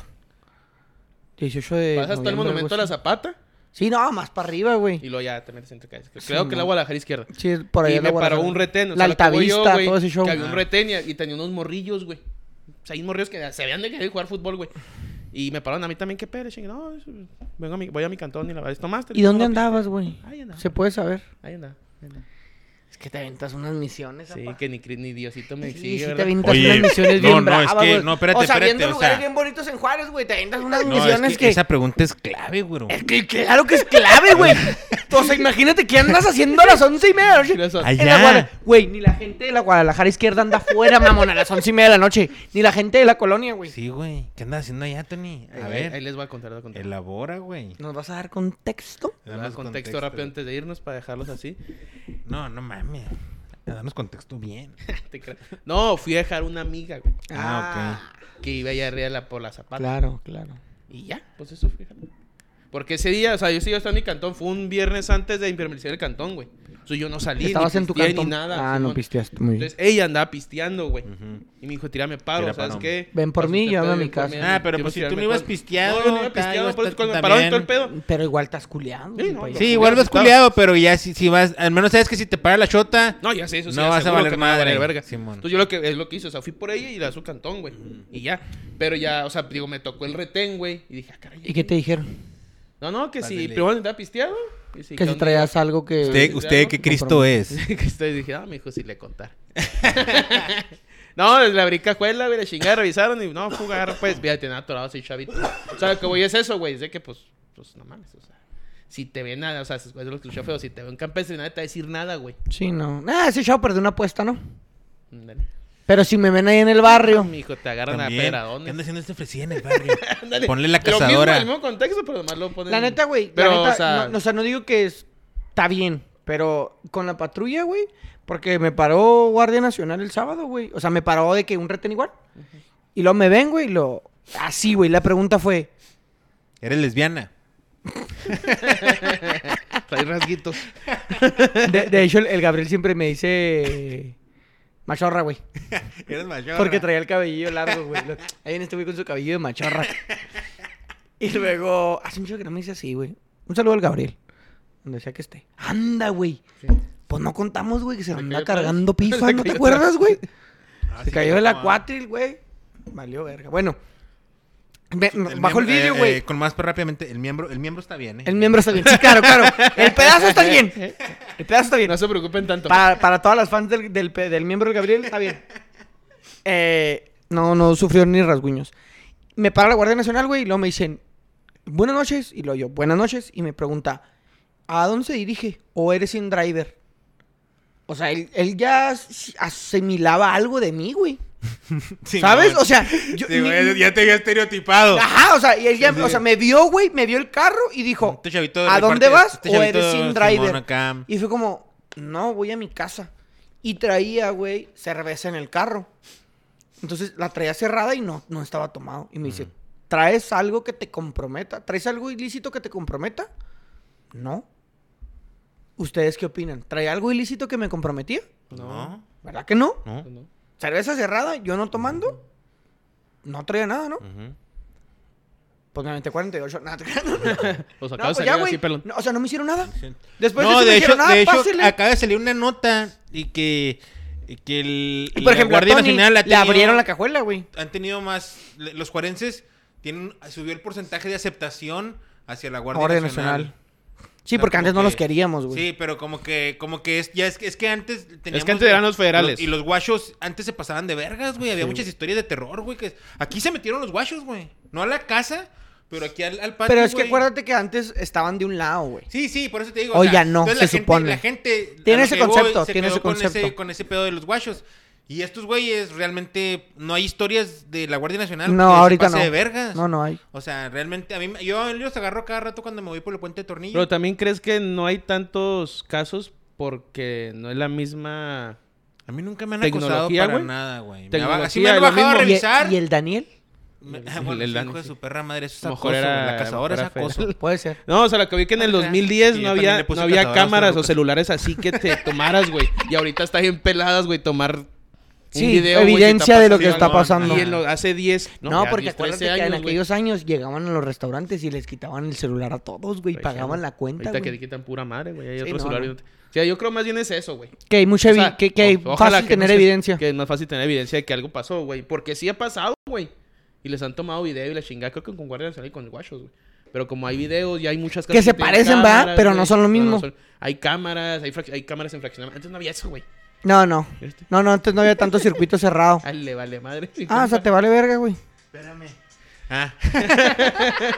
18 de. Vas hasta el noviembre, monumento a algo la así. Zapata Sí, no, más para arriba, güey. y luego ya te metes entre calles. Creo Sí, que es la no. Guadalajara izquierda. Sí, por allá Y en la me paró Guadalajara. un retén. O La sea, lo que voy yo, Altavista, güey, todo ese show. que había un Ah. retén y tenía unos morrillos, güey. O sea, hay morrillos que se habían de querer jugar fútbol, güey. Y me pararon a mí también, qué pere, chingue. No, voy a mi cantón y la verdad, tomaste. ¿Y dónde andabas, güey? Ahí andaba. Se puede saber. Ahí andaba. Ahí andaba. Es que te aventas unas misiones, Sí, apa. que ni Diosito me Sí, exige, sí te ¿verdad? aventas Oye, unas misiones no, bien no, bravas, es que- güey. no, espérate, O sea, espérate, viendo o lugares sea- bien bonitos en Juárez, güey, te aventas unas No, misiones es que esa pregunta es clave, güey. Es que claro que es clave, güey. O sea, imagínate qué andas haciendo a las 11:30 de la noche. Allá. Güey, ni la gente de la Guadalajara izquierda anda afuera, mamón, a las 11:30 de la noche. Ni la gente de la colonia, güey. Sí, güey. ¿Qué andas haciendo allá, Tony? A ver. Ahí les voy a contar. Elabora, güey. ¿Nos vas a dar contexto? Danos contexto rápido antes de irnos para dejarlos así. No mames. Danos contexto bien. No, fui a dejar una amiga, güey. Ok. Que iba allá arriba por la Zapata. Claro. Y ya, pues eso, fíjate. Porque ese día, o sea, yo sí iba a estar en mi cantón. Fue un viernes antes de impermeabilizar el cantón, güey. O sea, yo no salí, Estabas ni en tu pisteé, cantón. ni nada. Ah, no pisteaste. Muy bien. Entonces, ella andaba pisteando, güey. Y me dijo, tírame paro, Tira ¿sabes paro. qué? Ven por mí, Pásate llévame a pedo, mi ven por casa. mí, Ah, pero yo pues si me tú no tirarme ibas con- pisteado. No, yo no iba pisteado, por eso cuando me pararon y todo el pedo. Pero igual estás culeando. Sí, no, güey. Sí, igual vas culiado, pero ya si vas... Al menos sabes que si te para la chota... No, ya sé, eso sí. No ya vas a seguro valer que me va a madre, valer verga. Simón. Entonces yo es lo que hice, o sea, fui por ella y la su cantón, güey. Y ya. Pero ya, o sea, digo, me tocó el retén, güey. Y dije, ah, caray. ¿Y qué te dijeron? No, que si Pásale. primero andaba pisteado. Y si, Que si traías algo que... ¿Usted qué Cristo es? Que dije, me dijo, si le contar. No, desde la bricajuela, güey, la chingada, revisaron y no, jugar, pues, fíjate, nada atorado así, chavito. O sea, lo que voy es eso, güey, es de que, pues, no mames, o sea, si te ven nada, o sea, es lo que escuché feo, si te ven campestre, nadie te va a decir nada, güey. Sí, no. Ese chavo perdió una apuesta, ¿no? Ándale. Pero si me ven ahí en el barrio... Mi hijo, te agarran a También. ¿Qué pedradones. anda haciendo este fresilla en el barrio? Ándale. Ponle la Lo mismo, cazadora. el mismo contexto, pero además lo ponen... La neta, güey. Pero, la neta, o sea... no digo que está bien, pero con la patrulla, güey, porque me paró Guardia Nacional el sábado, güey. O sea, me paró de que un retén igual. Y luego me ven, güey, así, güey. La pregunta fue... ¿Eres lesbiana? Trae rasguitos. De hecho, el Gabriel siempre me dice... Machorra, güey. ¿Eres mayor? Porque traía el cabellillo largo, güey. Ahí viene este güey con su cabello de machorra. Y luego... Hace mucho que no me dice así, güey. Un saludo al Gabriel. Donde sea que esté. Anda, güey. Sí. Pues no contamos, güey, que se Le anda cayó cargando atrás. pifa. Le ¿No te cayó acuerdas, güey? Se sí, cayó de la no. cuatril, güey. Valió verga. Bueno. Bajo el vídeo, güey. Con más rápidamente, el miembro está bien, ¿eh? El miembro está bien. Sí, claro. El pedazo está bien. El pedazo está bien. No se preocupen tanto. Para todas las fans del miembro del Gabriel, está bien. No sufrió ni rasguños. Me para la Guardia Nacional, güey, y luego me dicen, buenas noches. Y luego yo, buenas noches. Y me pregunta, ¿a dónde se dirige? ¿O eres in driver? O sea, él ya asimilaba algo de mí, güey. Sí, ¿Sabes? mamón. O sea, yo... Sí, güey, ya te había estereotipado. Ajá, o sea, y él ya, Sí. o sea, me vio, güey, me vio el carro y dijo, Este chavito ¿a dónde reparte- vas? este ¿O chavito eres in Simón driver? acá. Y fue como, no, voy a mi casa. Y traía, güey, cerveza en el carro. Entonces la traía cerrada y no estaba tomado. Y me dice, ¿traes algo que te comprometa? ¿Traes algo ilícito que te comprometa? No. ¿Ustedes qué opinan? ¿Traía algo ilícito que me comprometía? No. ¿Verdad que no? No. No. Cerveza cerrada, yo no tomando. No traía nada, ¿no? Ujú. Pues me aventé 48. Nada, Pues no, acaba de pues ya, salir güey. así, pelón. No, o sea, no me hicieron nada. Sí. Después No, de eso me de hecho, dijeron, de hecho pásele. acaba de salir una nota y que Y la por ejemplo, Guardia a Tony Nacional ha le tenido- abrieron la cajuela, güey. han tenido más, los juarenses subió el porcentaje de aceptación hacia la Guardia Nacional. Sí, O sea, porque antes como no los que- queríamos, güey. Sí, pero como que es que antes teníamos... Es que antes eran los federales. Y los guachos antes se pasaban de vergas, güey. Había muchas historias de terror, güey. Que aquí se metieron los guachos, güey. No a la casa, pero aquí al patio, Pero es que güey. acuérdate que antes estaban de un lado, güey. Sí, por eso te digo. Hoy ya no, entonces se supone. La gente... Tiene a lo ese que voy, concepto, se tiene quedó ese concepto. con ese pedo de los guachos. Y estos güeyes realmente no hay historias de la Guardia Nacional. No, que se ahorita pase no. de vergas. No hay. O sea, realmente yo los agarro cada rato cuando me voy por el puente de Tornillo. Pero también crees que no hay tantos casos porque no es la misma... A mí nunca me han acosado Tecnología, para güey. nada, güey. Tecnología, Así me han lo bajado a mismo. revisar. ¿Y el Daniel? Bueno, el sí, Dani, hijo de sí. su perra madre, eso es A lo acoso. mejor era- La cazadora es era federal. acoso. Puede ser. No, o sea, lo que vi que en el Ah, 2010 sí, no yo también le había, puse no había cazadoras a cámaras o Lucas. celulares así que te tomaras, güey. Y ahorita está bien peladas, güey, tomar un Sí, video, güey, evidencia si de lo que está no, pasando. Y hace 10, No, ya porque 10, acuérdate 13 que en años, güey. aquellos años llegaban a los restaurantes y les quitaban el celular a todos, güey. Por Pagaban ejemplo. la cuenta, Ahorita que güey. te quitan pura madre, güey. Hay Sí, otro no, celular. no. y no te- O sea, yo creo más bien es eso, güey. Que hay mucha O sea, que hay ojalá fácil que tener no se- evidencia. Que es más fácil tener evidencia de que algo pasó, güey. Porque sí ha pasado, güey. Y les han tomado video y la chingada. Creo que con Guardia Nacional y con guachos, güey. Pero como hay videos y hay muchas Que se tienen parecen, ¿va? cámaras, Pero güey. no son lo mismo. Hay cámaras, hay cámaras en fraccionamiento. Antes no había eso, güey. No. ¿Viste? No, antes no había tanto circuito cerrado. Ay, le vale madre. Ah, o sea, te vale verga, güey. Espérame. Ah.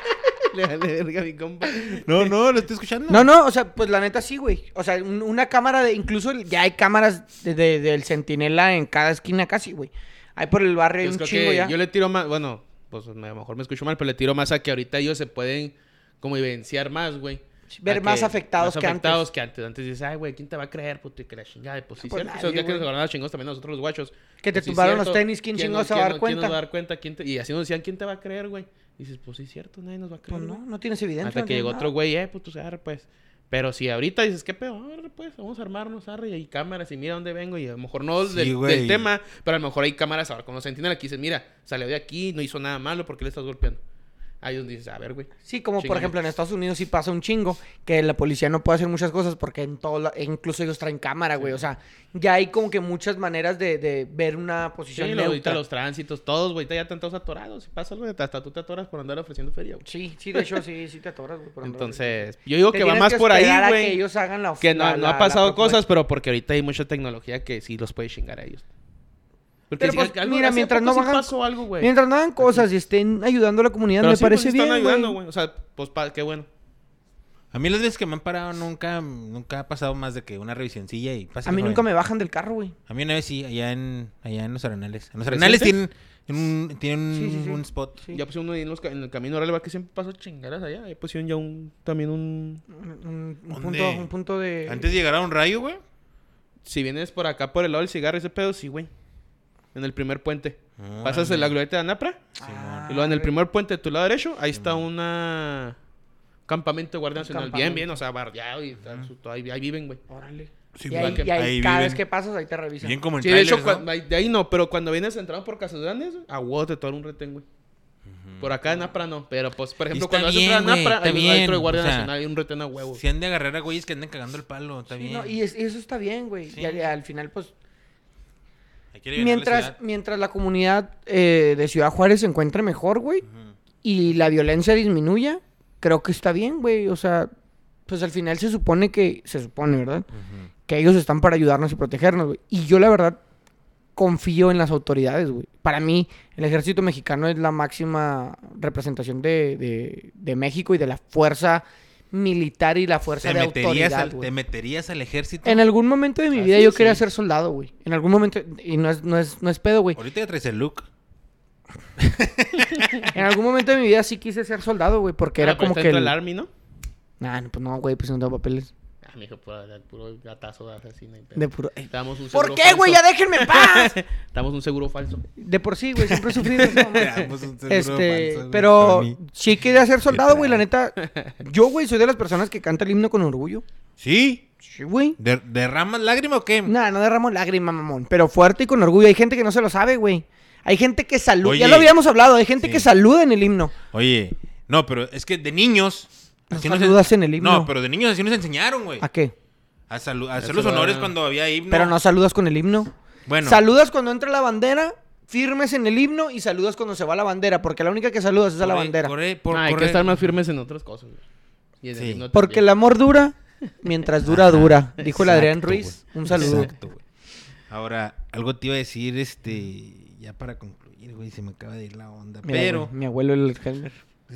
Le vale verga a mi compa. No, lo estoy escuchando. No, o sea, pues la neta sí, güey. O sea, una cámara de... Incluso ya hay cámaras del Centinela en cada esquina casi, güey. Hay por el barrio, hay Yo un creo chingo que ya. yo le tiro más, bueno, pues a lo mejor me escucho mal, pero le tiro más a que ahorita ellos se pueden como evidenciar más, güey. Ver más afectados que antes. Antes dices, ay, güey, ¿quién te va a creer, puto? Y que la chingada. Pues sí, Pues cierto. nadie, Ya que güey. nos agarraron a chingos también nosotros los guachos. Que te Pues sí, tumbaron cierto. los tenis, ¿quién chingos se va a dar ¿Quién nos cuenta? va a dar cuenta? Y así nos decían, ¿quién te va a creer, güey? Y dices, pues sí, cierto, nadie nos va a creer. Pues güey. no tienes evidencia. Hasta no que tienes llegó nada. otro güey, puto, se agarra, pues. Pero si ahorita dices, ¿qué pedo? Arre, pues, vamos a armarnos, arre, y hay cámaras, y mira dónde vengo, y a lo mejor no Sí, del güey. tema, pero a lo mejor hay cámaras ahora, cuando se entiende aquí, dices, mira, salió de aquí, no hizo nada malo, ¿por qué le estás golpeando? Ahí es donde dices, a ver, güey. Sí, como por Chíngale. ejemplo en Estados Unidos sí pasa un chingo que la policía no puede hacer muchas cosas porque incluso ellos traen cámara, güey. O sea, ya hay como que muchas maneras de ver una posición Sí, neutra. ahorita los tránsitos, todos, güey, ya están todos atorados. Si pasa algo, hasta tú te atoras por andar ofreciendo feria, güey. Sí, de hecho sí te atoras, güey. por andar Entonces, yo digo Te que va tienes más que por ahí, esperar a que güey. ellos hagan la Que no la- ha pasado la propuesta. cosas, pero porque ahorita hay mucha tecnología que sí los puede chingar a ellos. Porque Pero si pues, algo- mira, hace mientras poco no sí hagan... pasó algo, güey. Mientras no hagan cosas y estén ayudando a la comunidad, Pero me sí, pues, parece sí están bien, ayudando, güey. güey. O sea, pues, qué bueno. A mí las veces que me han parado nunca ha pasado más de que una revisioncilla y pasa. A mí nunca me bajan del carro, güey. A mí una vez sí, allá en Los Arenales. En Los Arenales tienen Sí. un spot. Sí. Ya pusieron uno ahí en el camino real, va que siempre pasó chingaras allá. Ahí pusieron ya también un... ¿Dónde? Un punto de... Antes de llegar a un rayo, güey. Si vienes por acá por el lado del cigarro, ese pedo, sí, güey. En el primer puente. Órale. Pasas en la glorieta de Anapra. Ah, Y luego en el güey. primer puente de tu lado derecho, ahí está una... Campamento de Guardia Nacional. campamento. Bien, o sea, bardeado y tal. Ahí viven, güey. Órale. Sí, y ahí, que- y ahí ahí cada viven. vez que pasas, ahí te revisan. Bien como en Sí, de hecho, trailers, ¿no? de ahí no, pero cuando vienes entrando por Casas Grandes, a huevo te toman un retén, güey. Por acá en Napra no, pero pues, por ejemplo, está cuando vas a bien, entrar a güey, Napra, está hay un bien, adentro de Guardia o sea, Nacional y un retén a huevo. Si han de agarrar a güeyes que anden cagando el palo, está Sí, bien. no, y eso está bien, güey. Sí. Y al final, pues, Hay que alivianar la ciudad. mientras la comunidad de Ciudad Juárez se encuentre mejor, güey, Ujú. y la violencia disminuya, creo que está bien, güey. O sea, pues al final se supone, ¿verdad? Ujú. Que ellos están para ayudarnos y protegernos, güey. Y yo, la verdad, confío en las autoridades, güey. Para mí, el ejército mexicano es la máxima representación de México y de la fuerza militar y la fuerza de autoridad, ¿Te güey. meterías al ejército? En algún momento de mi Ah, vida sí, yo quería sí. ser soldado, güey. En algún momento, y no es pedo, güey. Ahorita ya traes el look. En algún momento de mi vida sí quise ser soldado, güey, porque era como que... el Army, ¿no? Nah, no, pues no, güey, pues no tengo papeles. Ah, mijo, puro gatazo de asesino. De puro... Te damos un ¿Por seguro qué, güey? falso. ¡Ya déjenme en paz! Te damos un seguro falso. De por sí, güey, siempre he sufrido eso, mamá. Damos un seguro falso, güey, Pero Tony. sí quería ser soldado, güey, la neta. Yo, güey, soy de las personas que canta el himno con orgullo. ¿Sí? Sí, güey. ¿Derramas lágrima o qué? Nah, no derramo lágrima, mamón. Pero fuerte y con orgullo. Hay gente que no se lo sabe, güey. Hay gente que saluda. Oye. Ya lo habíamos hablado. Hay gente Sí. que saluda en el himno. Oye, no, pero es que de niños... No así saludas en el himno. No, pero de niños así nos enseñaron, güey. ¿A qué? A hacer los Eso honores va. cuando había himno. Pero no saludas con el himno. Bueno. Saludas cuando entra la bandera, firmes en el himno y saludas cuando se va la bandera. Porque la única que saludas es a la bandera. Hay que estar más firmes en otras cosas, güey. Y en el Sí. himno Porque el también. amor dura mientras dura, Ajá, dura. Dijo el Adrián exacto, Ruiz. güey. Un saludo. Exacto, güey. Ahora, algo te iba a decir, ya para concluir, güey, se me acaba de ir la onda. Mira, pero, güey, mi abuelo el Helmer.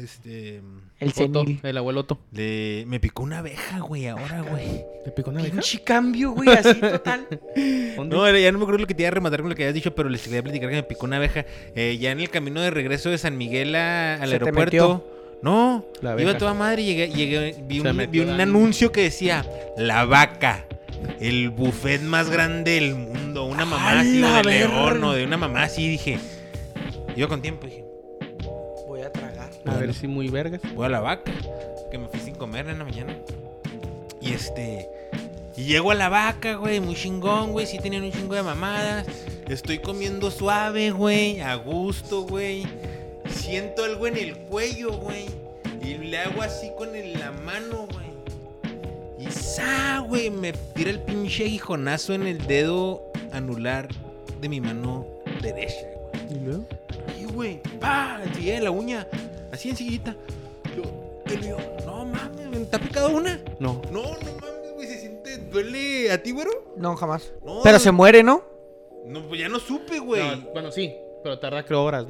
el El Otto, senil. el abuelo Otto. me picó una abeja, güey, ahora, güey. ¿Te picó una abeja? Pinche cambio, güey, así total. ¿Dónde? No, ya no me acuerdo lo que te iba a rematar con lo que habías dicho, pero les quería platicar que me picó una abeja. Ya en el camino de regreso de San Miguel al ¿Se te aeropuerto. No, La iba abeja. a toda madre y llegué, vi Se un metió un Dani. anuncio que decía, La Vaca, el buffet más grande del mundo. Una mamá ¡A así, la de León verga! o de una mamá así, dije. Yo con tiempo dije, Voy a tragar. A ver si muy vergas. voy a La Vaca, que me fui sin comer en la mañana. Y y llego a La Vaca, güey, muy chingón, güey, sí tenían un chingo de mamadas. Estoy comiendo suave, güey, a gusto, güey. Siento algo en el cuello, güey. Y le hago así con la mano, güey. Y güey, me tira el pinche aguijonazo en el dedo anular de mi mano derecha, güey. ¿Y luego? Y, güey, ¡pah! Enseguida de la uña, así enseguidita. Le digo, no mames, ¿me está picado una? No. No mames, güey, se siente, duele a ti, güero. No, jamás. No, Pero se muere, ¿no? No, pues ya no supe, güey. No, bueno, sí, pero tarda creo horas, ¿no?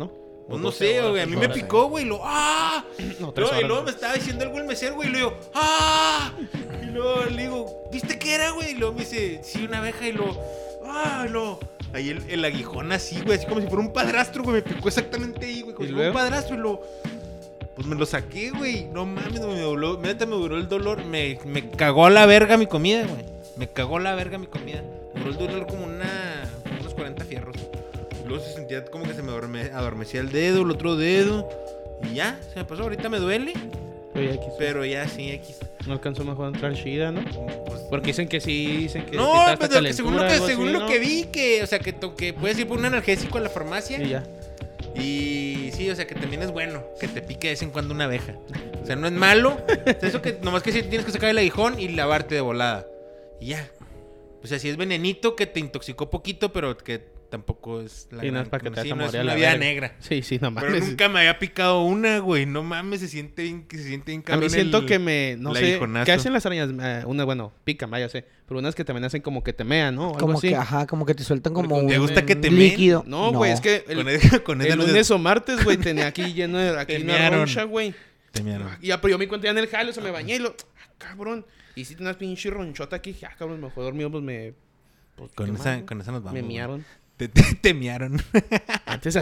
Pues no sé, güey. A mí me picó, güey. Y luego, ¡ah! No, Y luego me estaba diciendo algo el mesero, güey. Y luego, ¡ah! Y luego le digo, ¿viste qué era, güey? Y luego me dice, sí, una abeja. Y luego, ¡ah! Y luego, ahí el aguijón así, güey. Así como si fuera un padrastro, güey. Me picó exactamente ahí, güey. Como si fuera un padrastro. Y luego, pues me lo saqué, güey. No mames, me duró el dolor. Me cagó a la verga mi comida, güey. Me cagó la verga mi comida. Me duró el dolor como unos 40 fierros. Luego se sentía como que se me adormecía el dedo, el otro dedo. Y ya, se me pasó. Ahorita me duele. Pero ya sí, X. No alcanzó mejor a entrar chida, ¿no? Pues, porque dicen que sí, no, pero que según lo que vi, que, o sea, que puedes ir por un analgésico a la farmacia. Y ya. Y sí, o sea, que también es bueno que te pique de vez en cuando una abeja. O sea, no es malo. Eso que nomás que sí tienes que sacar el aguijón y lavarte de volada. Y ya. O sea, si es venenito que te intoxicó poquito, pero que tampoco es la no es para que te no es a una vida negra. Sí, no mames. Pero nunca me había picado una, güey. No mames, se siente bien cabrón. A mí siento que no sé, aguijonazo. ¿qué hacen las arañas? Bueno, pican, vaya, sé. Pero unas que también hacen como que te mean, ¿no? Algo como así. que, como que te sueltan como ¿Te gusta que te líquido. No, güey, es que el lunes o martes, güey, tenía aquí lleno de una roncha, güey. Te mearon. Y ya, pero yo me encontré en el jale, o sea, me bañé y cabrón. Y si tenías pinche ronchota aquí, cabrón, mejor dormido, pues me... Con esa nos vamos. Me miaron. Te miaron. Antes